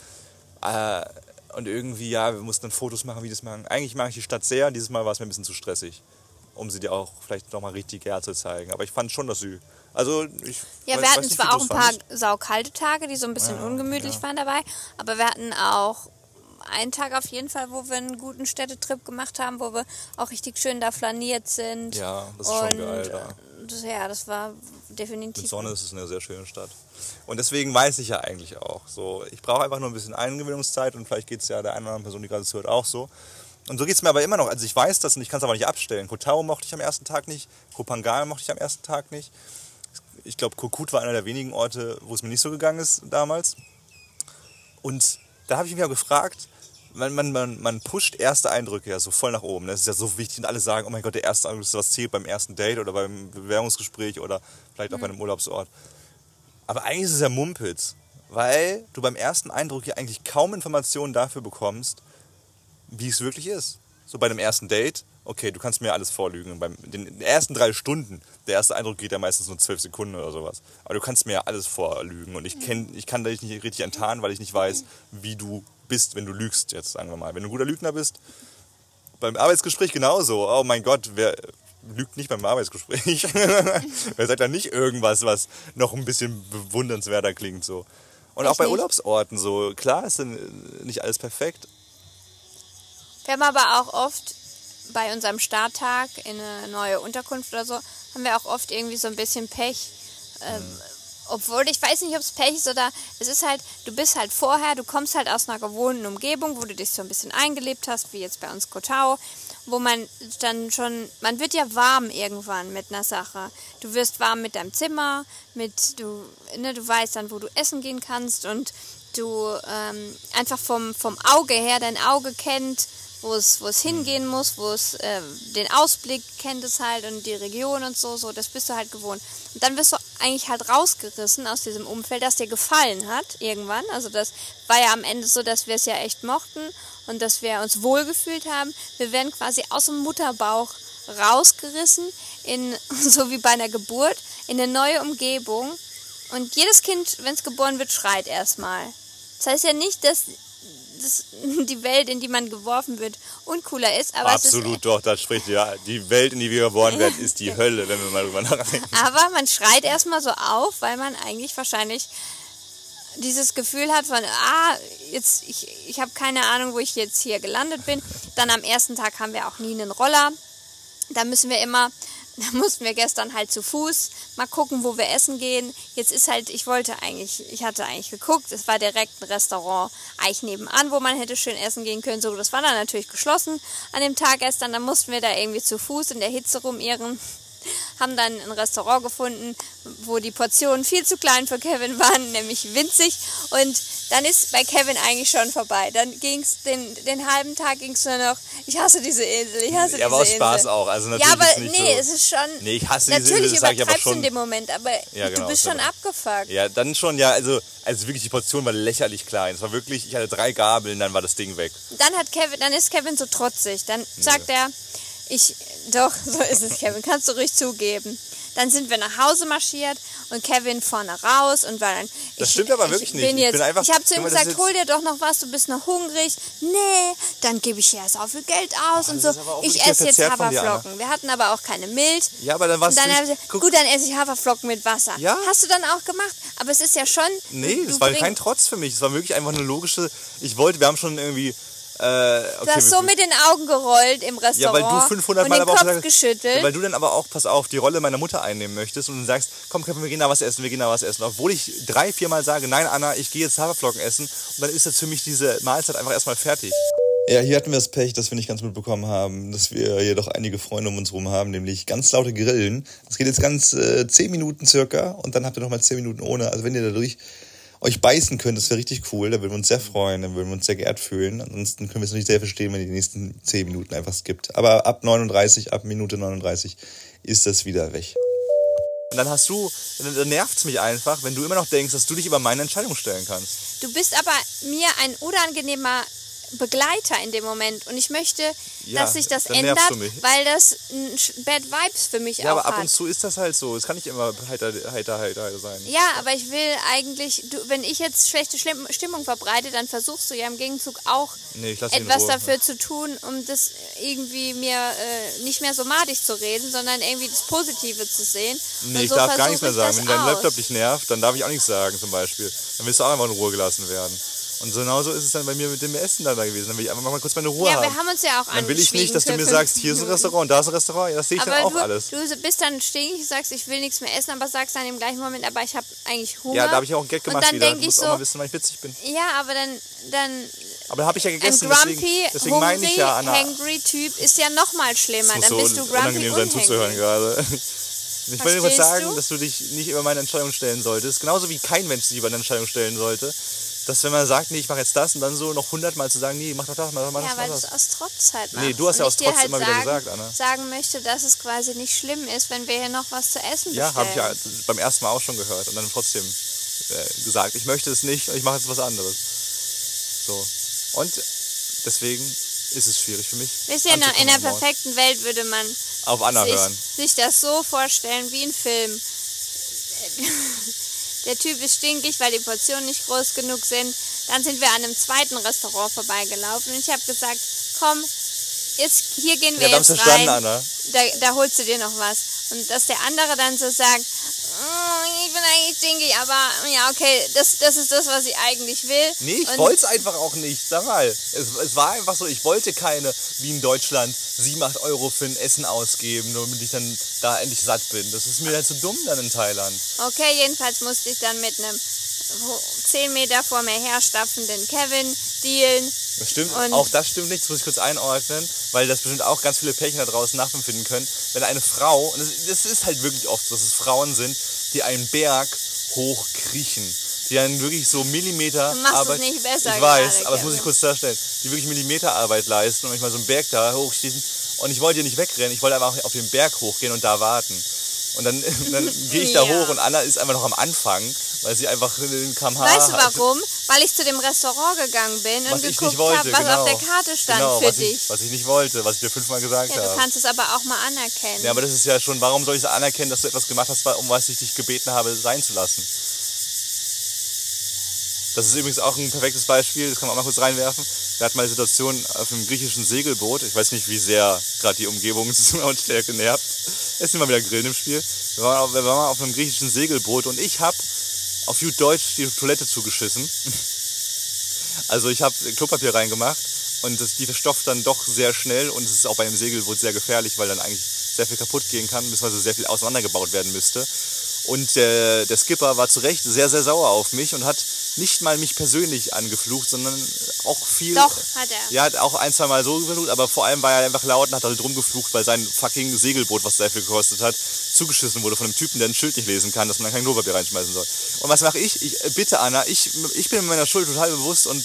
und irgendwie, ja, wir mussten dann Fotos machen, Videos machen. Eigentlich mag ich die Stadt sehr, dieses Mal war es mir ein bisschen zu stressig, um sie dir auch vielleicht nochmal richtig zu zeigen, aber ich fand schon, dass sie, also wir hatten zwar auch ein paar saukalte Tage, die so ein bisschen ungemütlich waren dabei, aber wir hatten auch einen Tag auf jeden Fall, wo wir einen guten Städtetrip gemacht haben, wo wir auch richtig schön da flaniert sind. Ja, das ist schon geil da. Ja, das war definitiv. Mit Sonne ist es eine sehr schöne Stadt. Und deswegen weiß ich ja eigentlich auch, so, ich brauche einfach nur ein bisschen Eingewöhnungszeit und vielleicht geht es ja der einen oder anderen Person, die gerade zuhört, auch so. Und so geht es mir aber immer noch. Also ich weiß das und ich kann es aber nicht abstellen. Koh Tao mochte ich am ersten Tag nicht, Koh Phangan mochte ich am ersten Tag nicht. Ich glaube, Koh Koot war einer der wenigen Orte, wo es mir nicht so gegangen ist damals. Und da habe ich mich auch gefragt, man pusht erste Eindrücke ja so voll nach oben. Das ist ja so wichtig und alle sagen, oh mein Gott, der erste Eindruck ist was zählt beim ersten Date oder beim Bewerbungsgespräch oder vielleicht auch bei einem Urlaubsort. Aber eigentlich ist es ja Mumpitz, weil du beim ersten Eindruck ja eigentlich kaum Informationen dafür bekommst, wie es wirklich ist. So bei einem ersten Date, okay, du kannst mir alles vorlügen. Bei den ersten 3 Stunden, der erste Eindruck geht ja meistens nur 12 Sekunden oder sowas. Aber du kannst mir ja alles vorlügen und ich kann dich nicht richtig enttarnen, weil ich nicht weiß, wie du bist, wenn du lügst, jetzt sagen wir mal. Wenn du ein guter Lügner bist, beim Arbeitsgespräch genauso. Oh mein Gott, wer lügt nicht beim Arbeitsgespräch? Wer sagt dann nicht irgendwas, was noch ein bisschen bewundernswerter klingt so. Und auch bei Urlaubsorten so. Klar ist nicht alles perfekt. Wir haben aber auch oft bei unserem Starttag in eine neue Unterkunft oder so, haben wir auch oft irgendwie so ein bisschen Pech. Obwohl, ich weiß nicht, ob es Pech ist oder es ist halt, du bist halt vorher, du kommst halt aus einer gewohnten Umgebung, wo du dich so ein bisschen eingelebt hast, wie jetzt bei uns Koh Tao, wo man dann schon, man wird ja warm irgendwann mit einer Sache. Du wirst warm mit deinem Zimmer, du weißt dann, wo du essen gehen kannst und du einfach vom Auge her, dein Auge kennt, wo es hingehen muss, den Ausblick kennt es halt und die Region und so, das bist du halt gewohnt. Und dann wirst du eigentlich halt rausgerissen aus diesem Umfeld, das dir gefallen hat irgendwann. Also das war ja am Ende so, dass wir es ja echt mochten und dass wir uns wohlgefühlt haben. Wir werden quasi aus dem Mutterbauch rausgerissen, so wie bei einer Geburt, in eine neue Umgebung. Und jedes Kind, wenn es geboren wird, schreit erstmal. Das heißt ja nicht, dass die Welt, in die man geworfen wird, uncooler ist. Aber absolut, doch, das spricht ja. Die Welt, in die wir geboren werden, ist die Hölle, wenn wir mal drüber nachdenken. Aber man schreit erstmal so auf, weil man eigentlich wahrscheinlich dieses Gefühl hat von, jetzt ich habe keine Ahnung, wo ich jetzt hier gelandet bin. Dann am ersten Tag haben wir auch nie einen Roller. Da mussten wir gestern halt zu Fuß mal gucken, wo wir essen gehen. Jetzt ist halt, ich hatte eigentlich geguckt, es war direkt ein Restaurant eigentlich nebenan, wo man hätte schön essen gehen können. So, das war dann natürlich geschlossen an dem Tag gestern. Dann mussten wir da irgendwie zu Fuß in der Hitze rumirren. Haben dann ein Restaurant gefunden, wo die Portionen viel zu klein für Kevin waren, nämlich winzig. Und dann ist bei Kevin eigentlich schon vorbei. Dann ging's den halben Tag ging's nur noch, ich hasse diese Insel, ich hasse diese Insel. Ja, aber aus Spaß auch. Also natürlich ja, aber ist nicht nee, so, es ist schon, nee, ich hasse diese natürlich Insel, das sag ich aber übertreibst du schon. in dem Moment, aber Ja, genau, du bist schon abgefuckt. Ja, dann schon, ja, also wirklich die Portion war lächerlich klein. Es war wirklich, ich hatte 3 Gabeln, dann war das Ding weg. Dann ist Kevin so trotzig. Dann sagt er, doch, so ist es, Kevin, kannst du ruhig zugeben. Dann sind wir nach Hause marschiert und Kevin vorne raus und war dann... Das stimmt aber wirklich nicht. Ich habe zu ihm gesagt, hol dir doch noch was, du bist noch hungrig. Nee, dann gebe ich hier so viel Geld aus und so. Ich esse jetzt Haferflocken. Wir hatten aber auch keine Milch. Ja, aber dann warst du... Gut, dann esse ich Haferflocken mit Wasser. Ja? Hast du dann auch gemacht? Aber es ist ja schon... Nee, das war kein Trotz für mich. Es war wirklich einfach eine logische... Wir haben schon irgendwie... Okay, du hast so mit den Augen gerollt im Restaurant, ja, weil du 500 Mal und den Kopf geschüttelt. Weil du dann aber auch, pass auf, die Rolle meiner Mutter einnehmen möchtest und dann sagst, komm, wir gehen da was essen. Obwohl ich 3-4 Mal sage, nein, Anna, ich gehe jetzt Haferflocken essen und dann ist jetzt für mich diese Mahlzeit einfach erstmal fertig. Ja, hier hatten wir das Pech, dass wir nicht ganz mitbekommen haben, dass wir hier doch einige Freunde um uns rum haben, nämlich ganz laute Grillen. Das geht jetzt ganz 10 Minuten circa und dann habt ihr noch mal 10 Minuten ohne. Also wenn ihr dadurch euch beißen könnt, das wäre richtig cool, da würden wir uns sehr freuen, dann würden wir uns sehr geehrt fühlen. Ansonsten können wir es nicht sehr verstehen, wenn ihr die nächsten 10 Minuten einfach skippt. Aber ab Minute 39 ist das wieder weg. Und dann nervt es mich einfach, wenn du immer noch denkst, dass du dich über meine Entscheidung stellen kannst. Du bist aber mir ein unangenehmer Begleiter in dem Moment und ich möchte, dass sich das ändert, weil das Bad Vibes für mich auch hat. Ja, aber ab und zu ist das halt so. Es kann nicht immer heiter sein. Ja, aber ich will eigentlich, wenn ich jetzt schlechte Stimmung verbreite, dann versuchst du ja im Gegenzug auch etwas dafür zu tun, um das irgendwie mir nicht mehr so madig zu reden, sondern irgendwie das Positive zu sehen. Nee, ich darf gar nichts mehr sagen. Wenn dein Laptop dich nervt, dann darf ich auch nichts sagen zum Beispiel. Dann willst du auch einfach in Ruhe gelassen werden. Und genauso ist es dann bei mir mit dem Essen da gewesen. Dann will ich einfach mal kurz meine Ruhe haben. Ja, wir haben uns ja auch Dann will ich nicht, dass du mir sagst, hier ist ein Restaurant und da ist ein Restaurant. Ja, das sehe ich dann auch alles. Du bist dann stinkig, sagst, ich will nichts mehr essen, aber sagst dann im gleichen Moment, aber ich habe eigentlich Hunger. Ja, da habe ich auch ein Gag gemacht und dann wieder. Du musst auch mal wissen, wann ich witzig bin. Ja, aber dann aber habe ich ja gegessen, deswegen meine ich ja, Anna. Hungry Typ ist ja noch mal schlimmer. Dann bist du grumpy unangenehm sein zuzuhören gerade. Ich will dir kurz sagen, dass du dich nicht über meine Entscheidung stellen solltest. Genauso wie kein Mensch sich über eine Entscheidung stellen sollte. Dass wenn man sagt, nee, ich mache jetzt das und dann so noch 100 Mal zu sagen, nee, mach doch das, mach das. Ja, weil du es aus Trotz halt machst. Nee, du hast ja aus Trotz halt immer wieder gesagt, Anna. Sagen möchte, dass es quasi nicht schlimm ist, wenn wir hier noch was zu essen bestellen. Ja, habe ich ja beim ersten Mal auch schon gehört und dann trotzdem gesagt, ich möchte es nicht, ich mache jetzt was anderes. So. Und deswegen ist es schwierig für mich. Wisst ihr, in einer perfekten Welt würde man auf Anna hören. Sich das so vorstellen wie ein Film. Der Typ ist stinkig, weil die Portionen nicht groß genug sind. Dann sind wir an einem zweiten Restaurant vorbeigelaufen und ich habe gesagt, komm, hier gehen wir jetzt rein. Anna. Da holst du dir noch was. Und dass der andere dann so sagt, ich bin eigentlich stinkig, aber ja, okay, das ist das, was ich eigentlich will. Nee, ich wollte es einfach auch nicht, sag mal. Es war einfach so, ich wollte keine, wie in Deutschland, 7-8 Euro für ein Essen ausgeben, nur damit ich dann da endlich satt bin. Das ist mir halt zu dumm dann in Thailand. Okay, jedenfalls musste ich dann mit einem 10 Meter vor mir herstapfenden Kevin dealen. Das stimmt, auch das stimmt nicht, das muss ich kurz einordnen, weil das bestimmt auch ganz viele Pärchen da draußen nachempfinden können. Wenn eine Frau, und das ist halt wirklich oft so, dass es Frauen sind, die einen Berg hochkriechen, die dann wirklich so Millimeter Du machst Arbeit... es nicht besser Ich weiß, gerade, aber das muss ich Kevin. kurz darstellen. Die wirklich Millimeterarbeit leisten und manchmal so einen Berg da hochschießen. Und ich wollte hier nicht wegrennen, ich wollte einfach auf den Berg hochgehen und da warten. Und dann gehe ich da Ja. hoch und Anna ist einfach noch am Anfang, weil sie einfach den kmh Weißt du hat. warum? Weil ich zu dem Restaurant gegangen bin Was und ich nicht geguckt wollte, habe, was genau. auf der Karte stand Genau, für was dich. was ich nicht wollte, was ich dir 5-mal gesagt Ja, du habe. kannst es aber auch mal anerkennen. Ja, aber das ist ja schon, warum soll ich anerkennen, dass du etwas gemacht hast, um was ich dich gebeten habe, sein zu lassen? Das ist übrigens auch ein perfektes Beispiel, das kann man auch mal kurz reinwerfen. Wir hatten mal eine Situation auf einem griechischen Segelboot. Ich weiß nicht, wie sehr gerade die Umgebungslautstärke nervt. Es ist immer wieder Grillen im Spiel. Wir waren mal auf einem griechischen Segelboot und ich habe auf gut Deutsch die Toilette zugeschissen. Also ich habe Klopapier reingemacht und die verstopft dann doch sehr schnell und es ist auch bei einem Segelboot sehr gefährlich, weil dann eigentlich sehr viel kaputt gehen kann, beziehungsweise sehr viel auseinandergebaut werden müsste. Und der Skipper war zu Recht sehr, sehr sauer auf mich und hat nicht mal mich persönlich angeflucht, sondern auch viel... Doch, hat er. Ja, hat auch 1-2 Mal so geflucht, aber vor allem war er einfach laut und hat halt rumgeflucht, weil sein fucking Segelboot, was sehr viel gekostet hat, zugeschissen wurde von einem Typen, der ein Schild nicht lesen kann, dass man dann kein Klopapier reinschmeißen soll. Und was mache ich? Bitte Anna, ich bin mir meiner Schuld total bewusst und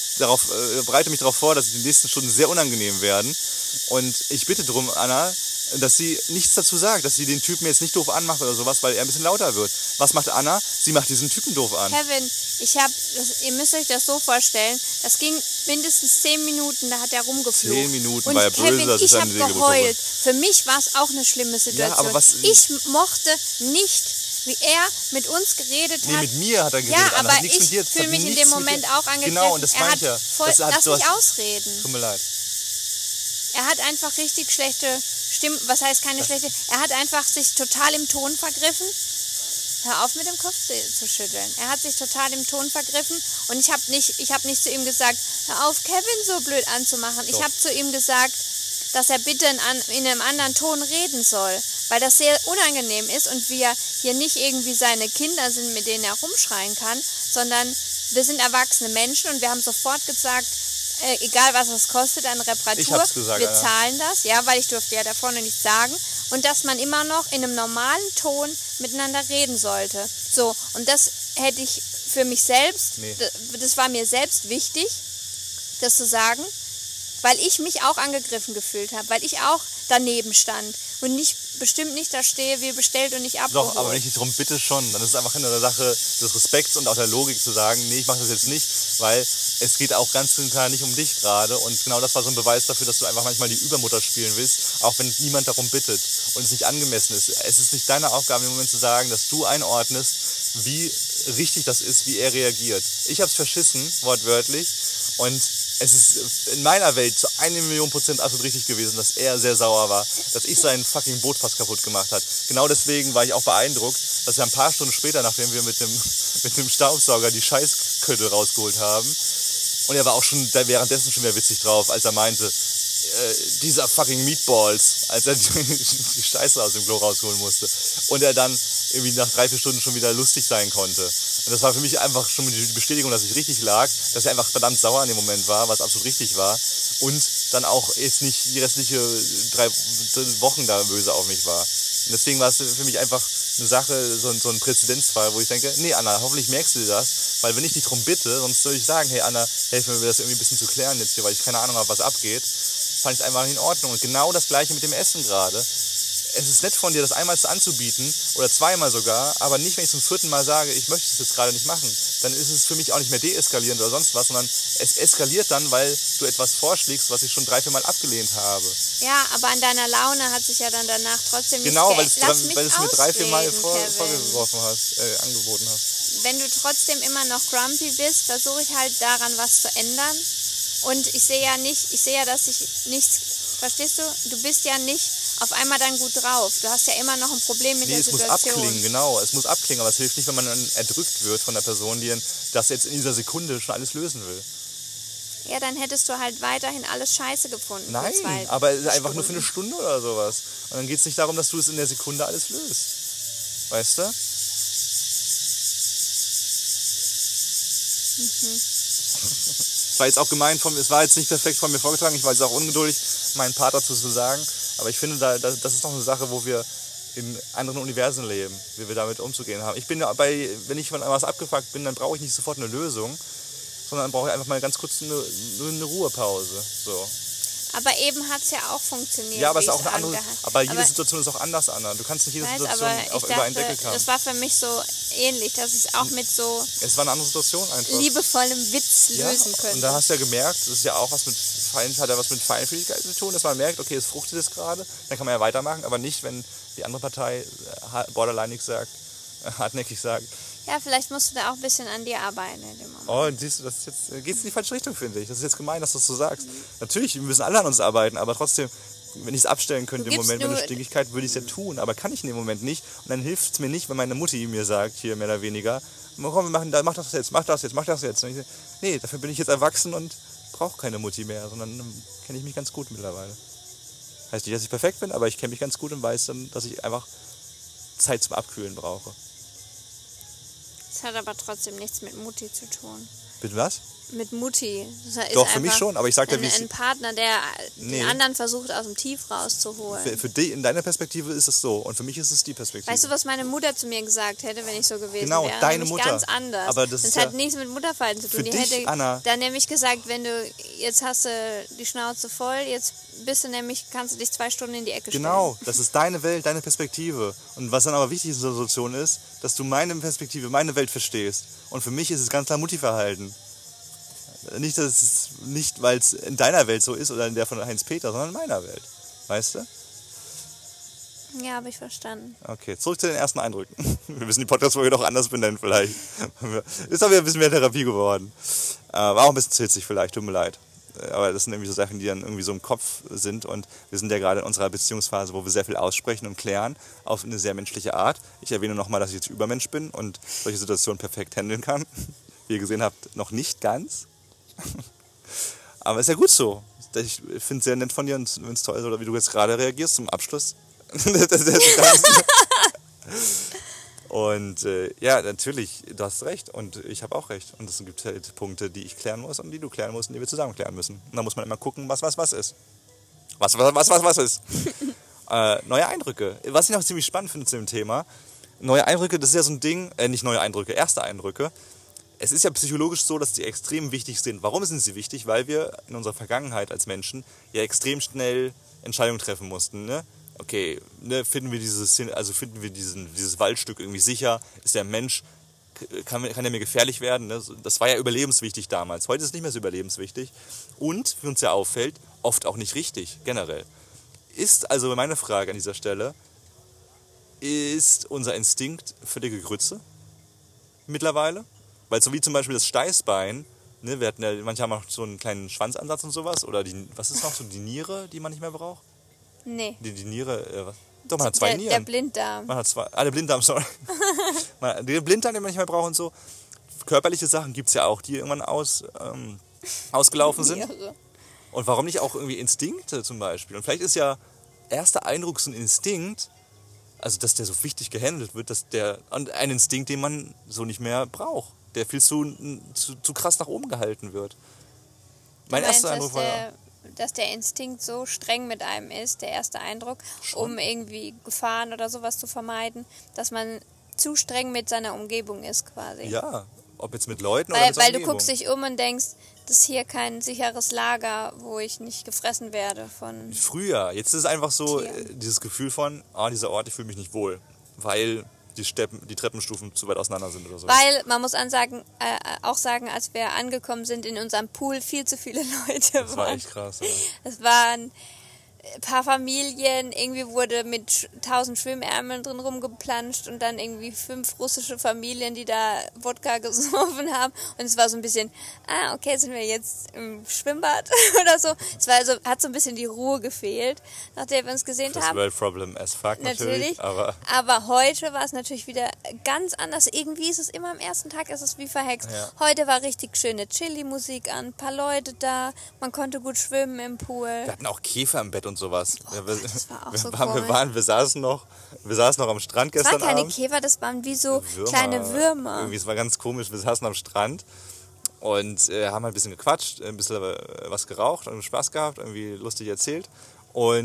bereite mich darauf vor, dass die nächsten Stunden sehr unangenehm werden. Und ich bitte darum, Anna, dass sie nichts dazu sagt, dass sie den Typen jetzt nicht doof anmacht oder sowas, weil er ein bisschen lauter wird. Was macht Anna? Sie macht diesen Typen doof an. Kevin, ihr müsst euch das so vorstellen, das ging mindestens 10 Minuten, da hat er rumgeflogen. 10 Minuten, und weil er böse Kevin, ist, dass ich er habe ein Segelboot geheult. Für mich war es auch eine schlimme Situation. aber was- Ich mochte nicht, wie er mit uns geredet Nee, hat. mit mir hat er geredet. Ja, Anna, aber hat nichts mit dir, ich das fühle hat mich in nichts dem mit Moment dir. auch angegriffen. Genau, und das er meine hat ich ja. voll, Das hat lass mich sowas- ausreden. Tut mir leid. Er hat einfach richtig schlechte Stimme, was heißt keine schlechte, er hat einfach sich total im Ton vergriffen. Hör auf mit dem Kopf zu schütteln. Er hat sich total im Ton vergriffen und ich habe nicht zu ihm gesagt, hör auf, Kevin so blöd anzumachen. Ich habe zu ihm gesagt, dass er bitte in einem anderen Ton reden soll, weil das sehr unangenehm ist und wir hier nicht irgendwie seine Kinder sind, mit denen er rumschreien kann, sondern wir sind erwachsene Menschen und wir haben sofort gesagt, egal was es kostet an Reparatur, Ich hab's gesagt, wir Anna. zahlen das, ja, weil ich durfte ja da vorne nicht sagen und dass man immer noch in einem normalen Ton miteinander reden sollte. So, und das hätte ich für mich selbst, das war mir selbst wichtig, das zu sagen, weil ich mich auch angegriffen gefühlt habe, weil ich auch daneben stand und bestimmt nicht da stehe, wie bestellt und nicht abgeholt. Doch, aber wenn ich dich darum bitte schon, dann ist es einfach eine Sache des Respekts und auch der Logik zu sagen, nee, ich mache das jetzt nicht, weil es geht auch ganz klar nicht um dich gerade und genau das war so ein Beweis dafür, dass du einfach manchmal die Übermutter spielen willst, auch wenn niemand darum bittet und es nicht angemessen ist. Es ist nicht deine Aufgabe im Moment zu sagen, dass du einordnest, wie richtig das ist, wie er reagiert. Ich habe es verschissen, wortwörtlich, und es ist in meiner Welt zu 1.000.000% absolut richtig gewesen, dass er sehr sauer war, dass ich sein fucking Boot fast kaputt gemacht hat. Genau deswegen war ich auch beeindruckt, dass wir ein paar Stunden später, nachdem wir mit dem Staubsauger die Scheißköttel rausgeholt haben, und er war auch schon währenddessen schon wieder witzig drauf, als er meinte, dieser fucking Meatballs, als er die Scheiße aus dem Klo rausholen musste. Und er dann irgendwie nach 3-4 Stunden schon wieder lustig sein konnte. Und das war für mich einfach schon die Bestätigung, dass ich richtig lag, dass er einfach verdammt sauer in dem Moment war, was absolut richtig war. Und dann auch jetzt nicht die restliche 3 Wochen da böse auf mich war. Und deswegen war es für mich einfach eine Sache, so ein Präzedenzfall, wo ich denke, nee Anna, hoffentlich merkst du dir das, weil wenn ich dich drum bitte, sonst würde ich sagen, hey Anna, helf mir das irgendwie ein bisschen zu klären jetzt hier, weil ich keine Ahnung habe, was abgeht, fand ich es einfach nicht in Ordnung. Und genau das Gleiche mit dem Essen gerade. Es ist nett von dir, das einmal anzubieten oder zweimal sogar, aber nicht, wenn ich zum 4. Mal sage, ich möchte das jetzt gerade nicht machen. Dann ist es für mich auch nicht mehr deeskalierend oder sonst was, sondern es eskaliert dann, weil du etwas vorschlägst, was ich schon 3-4 Mal abgelehnt habe. Ja, aber an deiner Laune hat sich ja dann danach trotzdem genau, nichts weil du es mir 3-4 Mal Kevin. vorgeworfen hast, angeboten hast. Wenn du trotzdem immer noch grumpy bist, versuche ich halt daran was zu ändern. Und ich sehe ja, dass ich nichts, verstehst du? Du bist ja nicht auf einmal dann gut drauf. Du hast ja immer noch ein Problem mit der Situation. Es muss abklingen, genau. Es muss abklingen, aber es hilft nicht, wenn man dann erdrückt wird von der Person, die das jetzt in dieser Sekunde schon alles lösen will. Ja, dann hättest du halt weiterhin alles scheiße gefunden. Nein, für 2 aber einfach nur für Stunden. eine Stunde oder sowas. Und dann geht es nicht darum, dass du es in der Sekunde alles löst. Weißt du? Es war jetzt auch gemein es war jetzt nicht perfekt von mir vorgetragen, ich war jetzt auch ungeduldig, meinen Part dazu zu sagen, aber ich finde, das ist noch eine Sache, wo wir in anderen Universen leben, wie wir damit umzugehen haben. Wenn ich von etwas abgefuckt bin, dann brauche ich nicht sofort eine Lösung, sondern dann brauche ich einfach mal ganz kurz eine Ruhepause. So. Aber eben hat es ja auch funktioniert. Ja, aber, es ist auch eine andere, aber jede Situation ist auch anders, Anna. Du kannst nicht jede Situation über einen Deckel haben. Das war für mich so ähnlich, dass ich es auch mit so es war eine andere Situation einfach. Liebevollem Witz lösen könnte. Und da hast du ja gemerkt, das ist ja auch hat ja was mit Feinfühligkeit zu tun, dass man merkt, okay, es fruchtet jetzt gerade, dann kann man ja weitermachen, aber nicht, wenn die andere Partei borderlineig sagt, hartnäckig sagt. Ja, vielleicht musst du da auch ein bisschen an dir arbeiten in dem Moment. Oh, und siehst du, das ist jetzt geht's in die falsche Richtung, finde ich. Das ist jetzt gemein, dass du das so sagst. Natürlich, wir müssen alle an uns arbeiten, aber trotzdem, wenn ich es abstellen könnte im Moment, mit einer Stimmigkeit, würde ich es ja tun, aber kann ich in dem Moment nicht. Und dann hilft es mir nicht, wenn meine Mutti mir sagt, hier mehr oder weniger, komm, mach das jetzt. Und ich sage, nee, dafür bin ich jetzt erwachsen und brauche keine Mutti mehr, sondern kenne ich mich ganz gut mittlerweile. Heißt nicht, dass ich perfekt bin, aber ich kenne mich ganz gut und weiß dann, dass ich einfach Zeit zum Abkühlen brauche. Das hat aber trotzdem nichts mit Mutti zu tun. Mit was? Mit Mutti. Das ist doch, für mich schon, aber ich sage ja, wie ein Partner, der den anderen versucht, aus dem Tief rauszuholen. Für dich, in deiner Perspektive ist es so und für mich ist es die Perspektive. Weißt du, was meine Mutter zu mir gesagt hätte, wenn ich so gewesen genau, wäre? Genau, deine Mutter. Ganz anders. Aber das hat nichts mit Mutterverhalten zu tun. Für die dich, hätte Anna. dann nämlich gesagt, jetzt hast du die Schnauze voll, jetzt kannst du dich 2 Stunden in die Ecke stellen. Genau, das ist deine Welt, deine Perspektive. Und was dann aber wichtig in dieser Situation ist, dass du meine Perspektive, meine Welt verstehst. Und für mich ist es ganz klar Mutti-Verhalten. Nicht, weil es in deiner Welt so ist oder in der von Heinz-Peter, sondern in meiner Welt. Weißt du? Ja, habe ich verstanden. Okay, zurück zu den ersten Eindrücken. Wir müssen die Podcast-Folge doch anders benennen vielleicht. Ist aber ein bisschen mehr Therapie geworden. War auch ein bisschen zu hitzig vielleicht, tut mir leid. Aber das sind irgendwie so Sachen, die dann irgendwie so im Kopf sind. Und wir sind ja gerade in unserer Beziehungsphase, wo wir sehr viel aussprechen und klären, auf eine sehr menschliche Art. Ich erwähne nochmal, dass ich jetzt Übermensch bin und solche Situationen perfekt handeln kann. Wie ihr gesehen habt, noch nicht ganz. Aber ist ja gut so. Ich finde es sehr nett von dir und finde es toll, oder wie du jetzt gerade reagierst zum Abschluss. Und ja, natürlich, du hast recht und ich habe auch recht. Und es gibt halt Punkte, die ich klären muss und die du klären musst und die wir zusammen klären müssen. Und da muss man immer gucken, was ist. Was ist. Neue Eindrücke. Was ich noch ziemlich spannend finde zu dem Thema. Neue Eindrücke, das ist ja so ein Ding, nicht neue Eindrücke, erste Eindrücke. Es ist ja psychologisch so, dass die extrem wichtig sind. Warum sind sie wichtig? Weil wir in unserer Vergangenheit als Menschen ja extrem schnell Entscheidungen treffen mussten. Ne? Okay, finden wir dieses Waldstück irgendwie sicher? Ist der Mensch, kann der mir gefährlich werden? Ne? Das war ja überlebenswichtig damals. Heute ist es nicht mehr so überlebenswichtig. Und, wie uns ja auffällt, oft auch nicht richtig, generell. Ist also meine Frage an dieser Stelle, ist unser Instinkt völlige Grütze mittlerweile? Weil so wie zum Beispiel das Steißbein, ne, manche haben auch so einen kleinen Schwanzansatz und sowas, oder was ist noch so, die Niere, die man nicht mehr braucht? Nee. Die Niere, doch, man hat 2 Nieren. Der Blinddarm. Man hat 2, der Blinddarm, sorry. Der Blinddarm, den man nicht mehr braucht und so. Körperliche Sachen gibt es ja auch, die irgendwann ausgelaufen sind. Und warum nicht auch irgendwie Instinkte zum Beispiel? Und vielleicht ist ja erster Eindruck so ein Instinkt, also dass der so wichtig gehandelt wird, ein Instinkt, den man so nicht mehr braucht. Der viel zu krass nach oben gehalten wird. Mein erster Eindruck war dass der Instinkt so streng mit einem ist, der erste Eindruck, um irgendwie Gefahren oder sowas zu vermeiden, dass man zu streng mit seiner Umgebung ist quasi. Ja, ob jetzt mit Leuten oder mit seiner Umgebung. Weil du guckst dich um und denkst, das ist hier kein sicheres Lager, wo ich nicht gefressen werde von... Früher, jetzt ist es einfach so, Tieren. Dieses Gefühl von, dieser Ort, ich fühle mich nicht wohl, weil die Treppenstufen zu weit auseinander sind oder so. Weil, man muss auch sagen, als wir angekommen sind, in unserem Pool viel zu viele Leute waren. Das war echt krass, ja. Es waren ein paar Familien, irgendwie wurde mit 1000 Schwimmärmeln drin rumgeplanscht und dann irgendwie 5 russische Familien, die da Wodka gesoffen haben. Und es war so ein bisschen, okay, sind wir jetzt im Schwimmbad oder so. Es war also, hat so ein bisschen die Ruhe gefehlt, nachdem wir uns gesehen First haben. World Problem as fuck natürlich. Aber heute war es natürlich wieder ganz anders. Irgendwie ist es immer am ersten Tag, ist es wie verhext. Ja. Heute war richtig schöne Chili-Musik an, ein paar Leute da, man konnte gut schwimmen im Pool. Wir hatten auch Käfer im Bett und sowas. Das war auch so komisch. Wir saßen noch am Strand gestern Abend. Das waren keine Käfer, das waren wie so kleine Würmer. Irgendwie, es war ganz komisch. Wir saßen am Strand und haben halt ein bisschen gequatscht, ein bisschen was geraucht und Spaß gehabt, irgendwie lustig erzählt. Und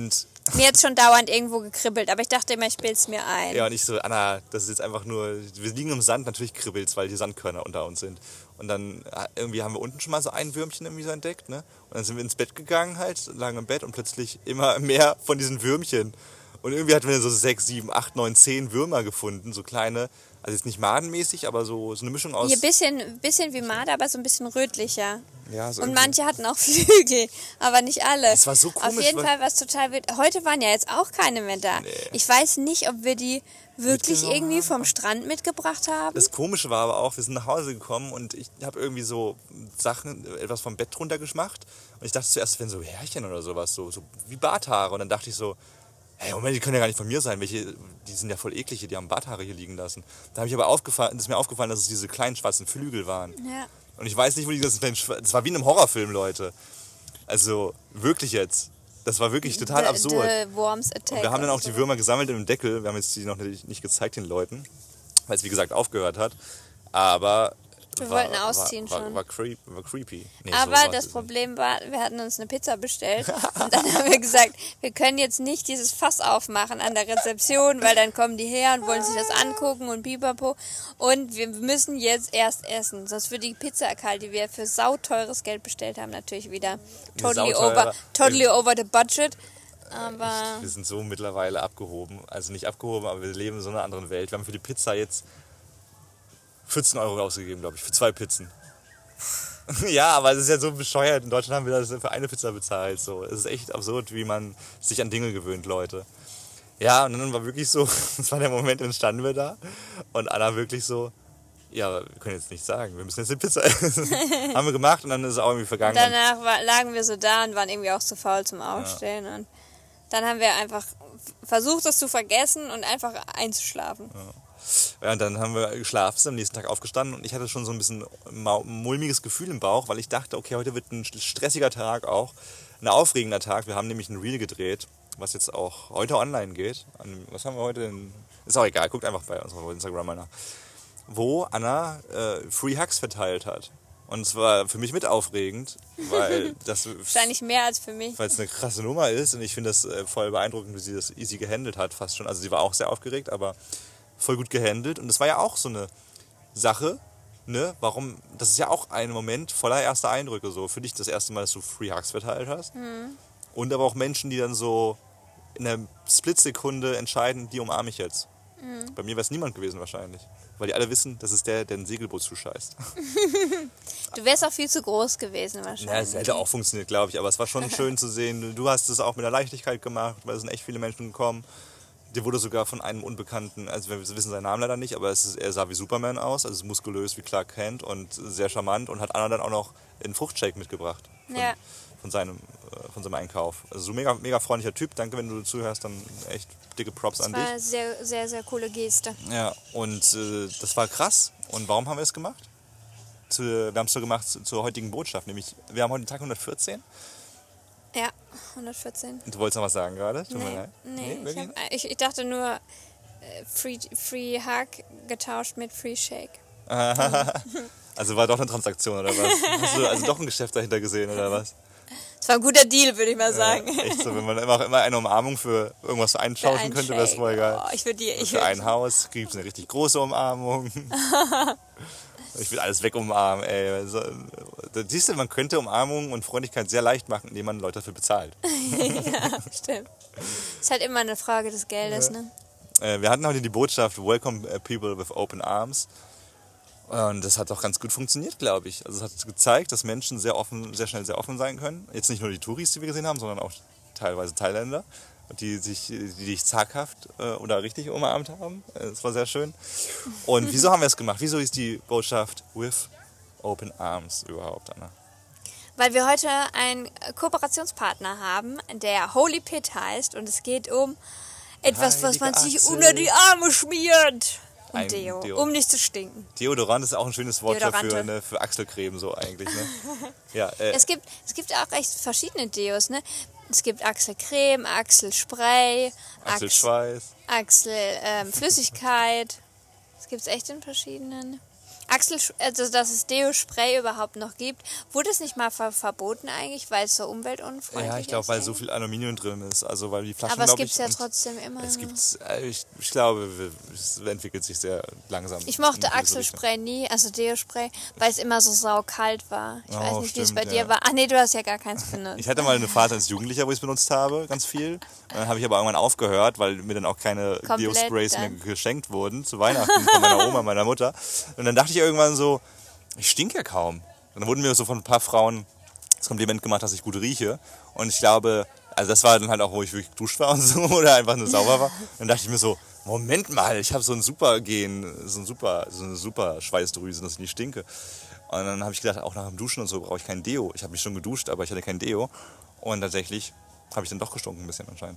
Mir jetzt schon dauernd irgendwo gekribbelt, aber ich dachte immer, ich bild's mir ein. Ja, und ich so, Anna, das ist jetzt einfach nur, wir liegen im Sand, natürlich kribbelt's, weil die Sandkörner unter uns sind. Und dann irgendwie haben wir unten schon mal so ein Würmchen irgendwie so entdeckt, ne? Und dann sind wir ins Bett gegangen halt, lagen im Bett und plötzlich immer mehr von diesen Würmchen. Und irgendwie hatten wir so 6, 7, 8, 9, 10 Würmer gefunden, so kleine, also jetzt nicht madenmäßig, aber so eine Mischung aus... Hier bisschen wie Marder, aber so ein bisschen rötlicher. Ja, so und irgendwie. manche hatten auch Flügel, aber nicht alle. Es war so komisch. Auf jeden Fall war es total wild. Heute waren ja jetzt auch keine mehr da. Nee. Ich weiß nicht, ob wir die wirklich Mitgenommen irgendwie haben. vom Strand mitgebracht haben. Das Komische war aber auch, wir sind nach Hause gekommen und ich habe irgendwie so etwas vom Bett runter geschmacht. Und ich dachte zuerst, es wären so Härchen oder sowas, so wie Barthaare. Und dann dachte ich so, hey, Moment, die können ja gar nicht von mir sein. Die sind ja voll eklig, die haben Barthaare hier liegen lassen. Da habe ich aber ist mir aufgefallen, dass es diese kleinen schwarzen Flügel waren. Ja. Und ich weiß nicht, wo die das sind. Das war wie in einem Horrorfilm, Leute. Also wirklich jetzt. Das war wirklich total absurd. The Worms Attack. Und wir haben dann auch die Würmer gesammelt im Deckel. Wir haben jetzt die noch nicht gezeigt den Leuten, weil es wie gesagt aufgehört hat. Aber wir wollten ausziehen schon. War creepy. Nee, aber so war das es Problem war, wir hatten uns eine Pizza bestellt und dann haben wir gesagt, wir können jetzt nicht dieses Fass aufmachen an der Rezeption, weil dann kommen die her und wollen sich das angucken und bipapo. Und wir müssen jetzt erst essen, sonst wird die Pizza kalt, die wir für sauteures Geld bestellt haben, natürlich wieder totally over the budget. Aber wir sind so mittlerweile abgehoben. Also nicht abgehoben, aber wir leben in so einer anderen Welt. Wir haben für die Pizza jetzt 14 € ausgegeben, glaube ich, für 2 Pizzen. Ja, aber es ist ja so bescheuert. In Deutschland haben wir das für eine Pizza bezahlt. So. Es ist echt absurd, wie man sich an Dinge gewöhnt, Leute. Ja, und dann war wirklich so, das war der Moment, dann standen wir da und Anna wirklich so, ja, wir können jetzt nicht sagen, wir müssen jetzt eine Pizza essen. Haben wir gemacht und dann ist es auch irgendwie vergangen. Danach lagen wir so da und waren irgendwie auch zu faul zum Aufstehen. Ja. Und dann haben wir einfach versucht, das zu vergessen und einfach einzuschlafen. Ja, und dann haben wir geschlafen, sind am nächsten Tag aufgestanden und ich hatte schon so ein bisschen mulmiges Gefühl im Bauch, weil ich dachte, okay, heute wird ein stressiger Tag auch, ein aufregender Tag. Wir haben nämlich ein Reel gedreht, was jetzt auch heute online geht. Was haben wir heute denn? Ist auch egal, guckt einfach bei unserem Instagram mal nach. Wo Anna Free Hugs verteilt hat. Und es war für mich mit aufregend, weil das... Wahrscheinlich mehr als für mich. Weil es eine krasse Nummer ist und ich finde das voll beeindruckend, wie sie das easy gehandelt hat, fast schon. Also sie war auch sehr aufgeregt, aber voll gut gehandelt. Und das war ja auch so eine Sache, ne? Warum, das ist ja auch ein Moment voller erster Eindrücke. So für dich das erste Mal, dass du Free Hugs verteilt hast. Mhm. Und aber auch Menschen, die dann so in einer Splitsekunde entscheiden, die umarme ich jetzt. Mhm. Bei mir wäre es niemand gewesen wahrscheinlich. Weil die alle wissen, das ist der ein Segelboot zuscheißt. Du wärst auch viel zu groß gewesen wahrscheinlich. Ja, es hätte auch funktioniert, glaube ich. Aber es war schon schön zu sehen. Du hast es auch mit der Leichtigkeit gemacht, weil es sind echt viele Menschen gekommen. Dir wurde sogar von einem Unbekannten, also wir wissen seinen Namen leider nicht, aber er sah wie Superman aus, also muskulös wie Clark Kent und sehr charmant und hat Anna dann auch noch einen Fruchtshake mitgebracht von seinem Einkauf. Also so mega, mega freundlicher Typ. Danke, wenn du zuhörst, dann echt dicke Props an dich. Das war eine sehr, sehr, sehr coole Geste. Ja, und das war krass. Und warum haben wir es gemacht? Wir haben es so gemacht zur heutigen Botschaft, nämlich wir haben heute den Tag 114. Ja, 114. Du wolltest noch was sagen gerade? Tut mir leid. Nee, ich dachte nur Free Hug getauscht mit Free Shake. Also war doch eine Transaktion oder was? Hast du also doch ein Geschäft dahinter gesehen oder was? Das war ein guter Deal, würde ich mal sagen. Echt so, wenn man immer eine Umarmung für irgendwas eintauschen könnte, wäre es voll geil. Oh, für ein Haus gibt es eine richtig große Umarmung. Ich will alles wegumarmen, ey. Also, da siehst du, man könnte Umarmung und Freundlichkeit sehr leicht machen, indem man Leute dafür bezahlt. Ja, stimmt. Ist halt immer eine Frage des Geldes, ne? Wir hatten heute die Botschaft Welcome people with open arms. Und das hat auch ganz gut funktioniert, glaube ich. Also es hat gezeigt, dass Menschen sehr schnell sehr offen sein können. Jetzt nicht nur die Touris, die wir gesehen haben, sondern auch teilweise Thailänder, die dich zaghaft oder richtig umarmt haben. Das war sehr schön. Und wieso haben wir es gemacht? Wieso ist die Botschaft with open arms überhaupt, Anna? Weil wir heute einen Kooperationspartner haben, der Holy Pit heißt. Und es geht um etwas, was man sich unter die Arme schmiert. Und Deo, um nicht zu stinken. Deodorant ist auch ein schönes Wort für Achselcreme so eigentlich. Ne? Ja, es gibt auch echt verschiedene Deos. Ne? Es gibt Achselcreme, Achselspray, Achselschweiß, Achselflüssigkeit. Das gibt es echt in verschiedenen. Also dass es Deo-Spray überhaupt noch gibt, wurde es nicht mal verboten eigentlich, weil es so umweltunfreundlich ist? Ja, ich glaube, weil so viel Aluminium drin ist. Also weil die Flaschen, aber es gibt es ja trotzdem immer. Ich glaube, es entwickelt sich sehr langsam. Ich mochte Achselspray nie, also Deo-Spray, weil es immer so saukalt war. Ich weiß nicht, wie es bei dir war. Ach nee, du hast ja gar keins benutzt. Ich hatte mal eine Phase als Jugendlicher, wo ich es benutzt habe, ganz viel. Und dann habe ich aber irgendwann aufgehört, weil mir dann auch keine Deo-Sprays mehr geschenkt wurden zu Weihnachten von meiner Oma, meiner Mutter. Und dann dachte ich irgendwann so, ich stinke ja kaum. Und dann wurden mir so von ein paar Frauen das Kompliment gemacht, dass ich gut rieche. Und ich glaube, also das war dann halt auch, wo ich wirklich geduscht war und so oder einfach nur sauber war. Und dann dachte ich mir so, Moment mal, ich habe so ein super Gen, so eine super Schweißdrüse, dass ich nicht stinke. Und dann habe ich gedacht, auch nach dem Duschen und so brauche ich kein Deo. Ich habe mich schon geduscht, aber ich hatte kein Deo. Und tatsächlich habe ich dann doch gestunken ein bisschen anscheinend.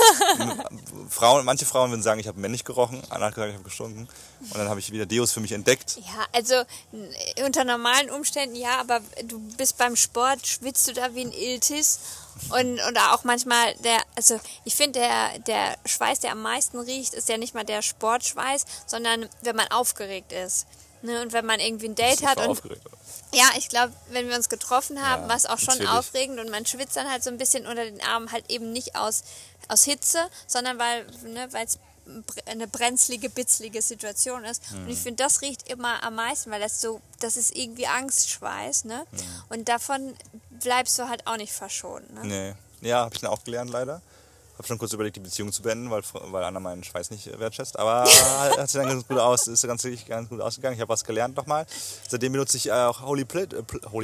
Also, manche Frauen würden sagen, ich habe männlich gerochen, andere haben gesagt, ich habe gestunken. Und dann habe ich wieder Deos für mich entdeckt. Ja, also unter normalen Umständen ja, aber du bist beim Sport, schwitzt du da wie ein Iltis. Und auch manchmal, ich finde, der Schweiß, der am meisten riecht, ist ja nicht mal der Sportschweiß, sondern wenn man aufgeregt ist. Ne? Und wenn man irgendwie ein Date hat. Ja, ich glaube, wenn wir uns getroffen haben, war es auch schon aufregend und man schwitzt dann halt so ein bisschen unter den Armen, halt eben nicht aus Hitze, sondern weil es eine brenzlige, bitzlige Situation ist. Und ich finde, das riecht immer am meisten, weil das ist irgendwie Angstschweiß, ne? Und davon bleibst du halt auch nicht verschont, ne? Nee. Ja, habe ich dann auch gelernt leider. Habe schon kurz überlegt, die Beziehung zu beenden, weil Anna meinen Schweiß nicht wertschätzt. Aber hat sich dann ganz gut ausgegangen. Ich habe was gelernt nochmal. Seitdem benutze ich auch Holy Pit.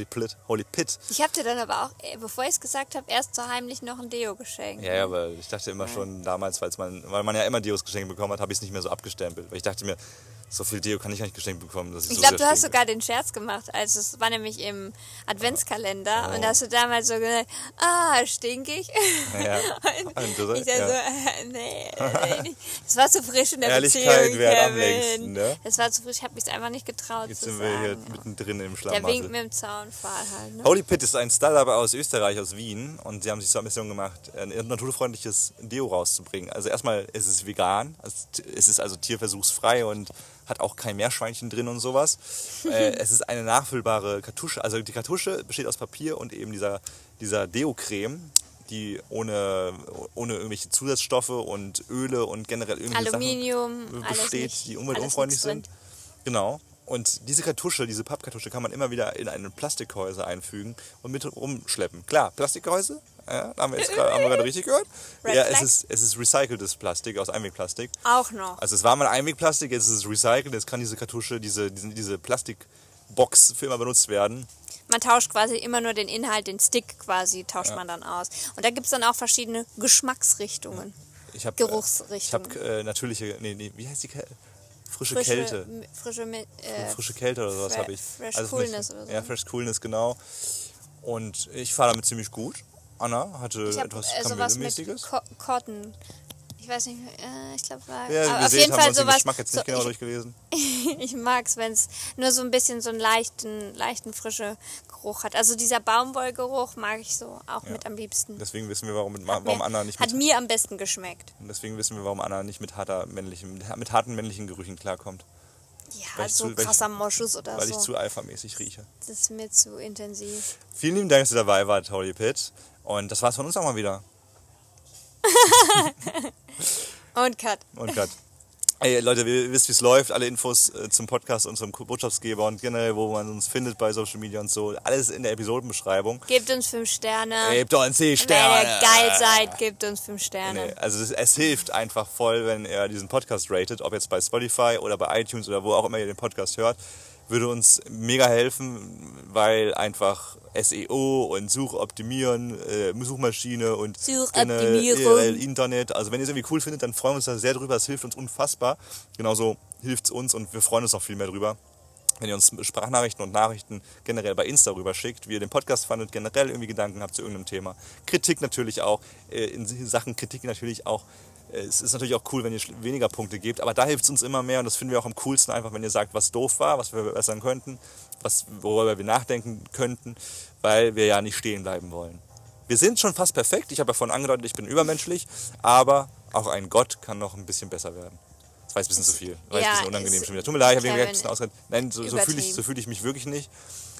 Ich habe dir dann aber auch, bevor ich es gesagt habe, erst so heimlich noch ein Deo geschenkt. Ja, aber ich dachte immer schon damals, weil man ja immer Deos geschenkt bekommen hat, habe ich es nicht mehr so abgestempelt. Weil ich dachte mir, so viel Deo kann ich gar nicht geschenkt bekommen. Dass ich glaube, du hast sogar den Scherz gemacht. Also es war nämlich im Adventskalender und da hast du damals so gesagt, stinkig. Ja. Und ich dann so, nee, nicht. Das war zu frisch in der Ehrlichkeit Beziehung, wäre am längsten, ne? Das war zu frisch, ich habe mich einfach nicht getraut Jetzt zu sind sagen. wir hier mittendrin im Schlamassel. Der winkt mit dem Zaunpfahl halt, ne? Holy Pit ist ein Startup aus Österreich, aus Wien. Und sie haben sich zur Mission gemacht, ein naturfreundliches Deo rauszubringen. Also erstmal ist es vegan, es ist also tierversuchsfrei und hat auch kein Meerschweinchen drin und sowas. Es ist eine nachfüllbare Kartusche. Also die Kartusche besteht aus Papier und eben dieser Deo-Creme, die ohne irgendwelche Zusatzstoffe und Öle und generell irgendwelche Aluminium, Sachen besteht, die umweltunfreundlich sind. Genau. Und diese Kartusche, diese Pappkartusche kann man immer wieder in ein Plastikgehäuse einfügen und mit rumschleppen. Klar, Plastikgehäuse, haben wir gerade richtig gehört. Ja, es ist recyceltes Plastik, aus Einwegplastik. Auch noch. Also es war mal Einwegplastik, jetzt ist es recycelt, jetzt kann diese Kartusche, diese Plastikbox für immer benutzt werden. Man tauscht quasi immer nur den Inhalt, den Stick quasi, tauscht man dann aus. Und da gibt es dann auch verschiedene Geschmacksrichtungen, Geruchsrichtungen. Ich habe natürliche, wie heißt die Frische Kälte. Frische Kälte oder sowas habe ich. Fresh Coolness oder so. Ja, Fresh Coolness, genau. Und ich fahre damit ziemlich gut. Anna hatte etwas Kamillemäßiges. Cotton. Ich weiß nicht, ich glaube, ja, auf jeden Fall sowas. Den Geschmack jetzt nicht genau durchgelesen. Ich mag es, wenn es nur so ein bisschen so einen leichten frischen Geruch hat. Also dieser Baumwollgeruch mag ich so auch mit am liebsten. Deswegen wissen wir, warum Anna nicht hat mir am besten geschmeckt. Und deswegen wissen wir, warum Anna nicht mit harten männlichen Gerüchen klarkommt. Ja, so krasser Moschus oder so. Weil ich zu alphamäßig rieche. Das ist mir zu intensiv. Vielen lieben Dank, dass ihr dabei wart, Holy Pit. Und das war's von uns auch mal wieder. Und Cut. Ey, Leute, ihr wisst, wie es läuft. Alle Infos zum Podcast und zum Botschaftsgeber und generell, wo man uns findet bei Social Media und so. Alles in der Episodenbeschreibung. Gebt uns 5 Sterne. Gebt uns 10 Sterne. Wenn ihr geil seid, gebt uns 5 Sterne. Nee, also es hilft einfach voll, wenn ihr diesen Podcast ratet, ob jetzt bei Spotify oder bei iTunes oder wo auch immer ihr den Podcast hört. Würde uns mega helfen, weil einfach SEO und Suchoptimieren, Suchmaschine und generell Internet. Also wenn ihr es irgendwie cool findet, dann freuen wir uns da sehr drüber. Es hilft uns unfassbar. Genauso hilft es uns und wir freuen uns noch viel mehr drüber, wenn ihr uns Sprachnachrichten und Nachrichten generell bei Insta rüber schickt, wie ihr den Podcast fandet, generell irgendwie Gedanken habt zu irgendeinem Thema. Kritik natürlich auch, in Sachen Kritik natürlich auch. Es ist natürlich auch cool, wenn ihr weniger Punkte gebt, aber da hilft es uns immer mehr und das finden wir auch am coolsten, einfach wenn ihr sagt, was doof war, was wir verbessern könnten, worüber wir nachdenken könnten, weil wir ja nicht stehen bleiben wollen. Wir sind schon fast perfekt, ich habe ja vorhin angedeutet, ich bin übermenschlich, aber auch ein Gott kann noch ein bisschen besser werden. Das war jetzt ein bisschen zu viel. War jetzt ein bisschen unangenehm schon wieder. Tut mir leid, ich habe ein bisschen ausgeredet. Nein, so fühle ich mich wirklich nicht.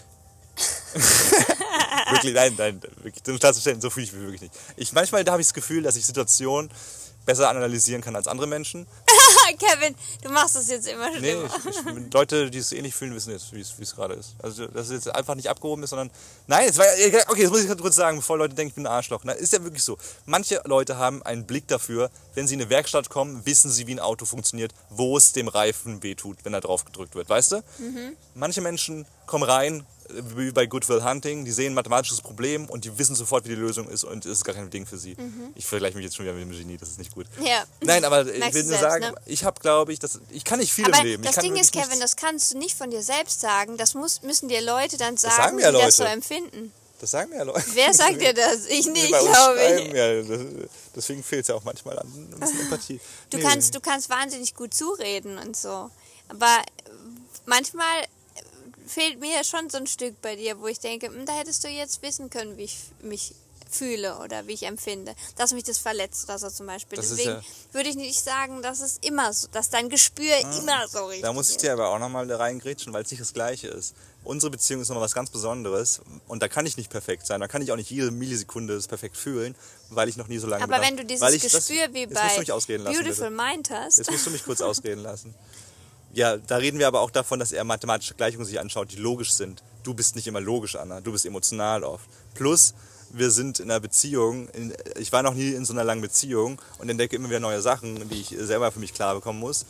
Wirklich, nein, wirklich, um klarzustellen, so fühle ich mich wirklich nicht. Manchmal habe ich das Gefühl, dass ich Situationen besser analysieren kann als andere Menschen. Kevin, du machst das jetzt immer schlimmer. Nee, Leute, die es ähnlich fühlen, wissen jetzt, wie es gerade ist. Also, dass es jetzt einfach nicht abgehoben ist, sondern... Nein, okay, das muss ich kurz sagen, bevor Leute denken, ich bin ein Arschloch. Na, ist ja wirklich so. Manche Leute haben einen Blick dafür, wenn sie in eine Werkstatt kommen, wissen sie, wie ein Auto funktioniert, wo es dem Reifen wehtut, wenn er drauf gedrückt wird, weißt du? Mhm. Manche Menschen kommen rein, wie bei Good Will Hunting, die sehen ein mathematisches Problem und die wissen sofort, wie die Lösung ist und es ist gar kein Ding für sie. Mhm. Ich vergleiche mich jetzt schon wieder mit dem Genie, das ist nicht gut. Ja. Nein, aber ich will nur sagen, ich habe, glaube ich, ich kann nicht viel im Leben. Das Ding ist, Kevin, das kannst du nicht von dir selbst sagen, das müssen dir Leute dann sagen, die das so empfinden. Das sagen mir ja Leute. Wer sagt dir das? Ich nicht, glaube ich. Ja, deswegen fehlt es ja auch manchmal an ein bisschen Empathie. Du kannst wahnsinnig gut zureden und so, aber manchmal fehlt mir schon so ein Stück bei dir, wo ich denke, da hättest du jetzt wissen können, wie ich mich fühle oder wie ich empfinde, dass mich das verletzt oder so zum Beispiel. Deswegen würde ich nicht sagen, dass es immer so, dass dein Gespür immer so richtig ist. Da muss ich dir aber auch nochmal reingrätschen, weil es nicht das Gleiche ist. Unsere Beziehung ist nochmal was ganz Besonderes und da kann ich nicht perfekt sein, da kann ich auch nicht jede Millisekunde das perfekt fühlen, weil ich noch nie so lange... Aber wenn du dieses Gespür wie bei Beautiful Mind hast... Jetzt musst du mich kurz ausreden lassen. Ja, da reden wir aber auch davon, dass er mathematische Gleichungen sich anschaut, die logisch sind. Du bist nicht immer logisch, Anna. Du bist emotional oft. Plus, wir sind in einer Beziehung, ich war noch nie in so einer langen Beziehung und entdecke immer wieder neue Sachen, die ich selber für mich klar bekommen muss.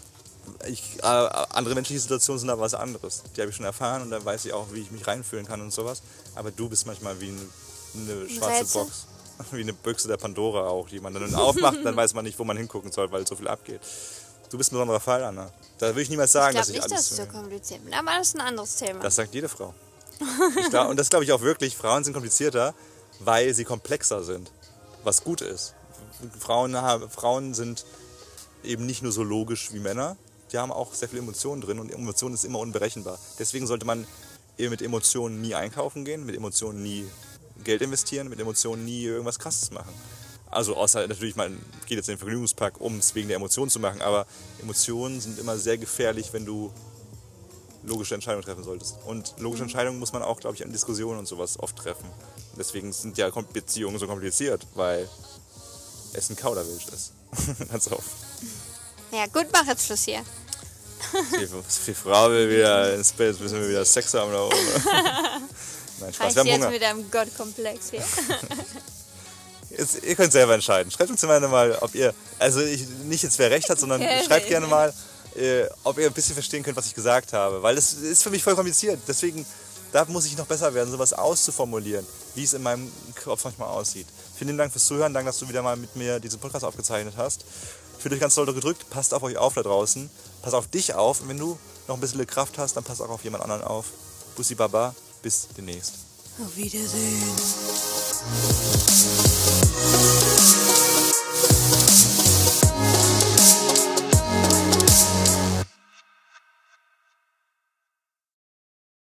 Andere menschliche Situationen sind da was anderes. Die habe ich schon erfahren und dann weiß ich auch, wie ich mich reinfühlen kann und sowas. Aber du bist manchmal wie eine schwarze Box. Wie eine Büchse der Pandora auch, die man dann aufmacht, dann weiß man nicht, wo man hingucken soll, weil so viel abgeht. Du bist ein besonderer Fall, Anna. Da will ich niemals sagen, dass ich alles... Ich glaube nicht, dass ich so kompliziert bin, aber das ist ein anderes Thema. Das sagt jede Frau. Und das glaube ich auch wirklich, Frauen sind komplizierter, weil sie komplexer sind, was gut ist. Frauen sind eben nicht nur so logisch wie Männer, die haben auch sehr viele Emotionen drin und Emotionen ist immer unberechenbar. Deswegen sollte man eben mit Emotionen nie einkaufen gehen, mit Emotionen nie Geld investieren, mit Emotionen nie irgendwas Krasses machen. Also außer natürlich, man geht jetzt in den Vergnügungspark, um es wegen der Emotionen zu machen, aber Emotionen sind immer sehr gefährlich, wenn du logische Entscheidungen treffen solltest. Und logische Entscheidungen muss man auch, glaube ich, in Diskussionen und sowas oft treffen. Deswegen sind ja Beziehungen so kompliziert, weil es ein Kauderwelsch ist. Ganz oft. Ja gut, mach jetzt Schluss hier. Die Frau will wieder ins Bett, jetzt müssen wir wieder Sex haben da oben. Nein, Spaß, wir haben Hunger. Jetzt mit einem Gottkomplex hier. Ihr könnt selber entscheiden. Schreibt uns immer mal, ob ihr, also nicht jetzt wer recht hat, sondern schreibt gerne mal, ob ihr ein bisschen verstehen könnt, was ich gesagt habe. Weil das ist für mich voll kompliziert. Deswegen, da muss ich noch besser werden, sowas auszuformulieren, wie es in meinem Kopf manchmal aussieht. Vielen Dank fürs Zuhören, danke, dass du wieder mal mit mir diesen Podcast aufgezeichnet hast. Fühlt euch ganz doll gedrückt, passt auf euch auf da draußen. Pass auf dich auf und wenn du noch ein bisschen Kraft hast, dann pass auch auf jemand anderen auf. Bussi Baba, bis demnächst. Auf Wiedersehen.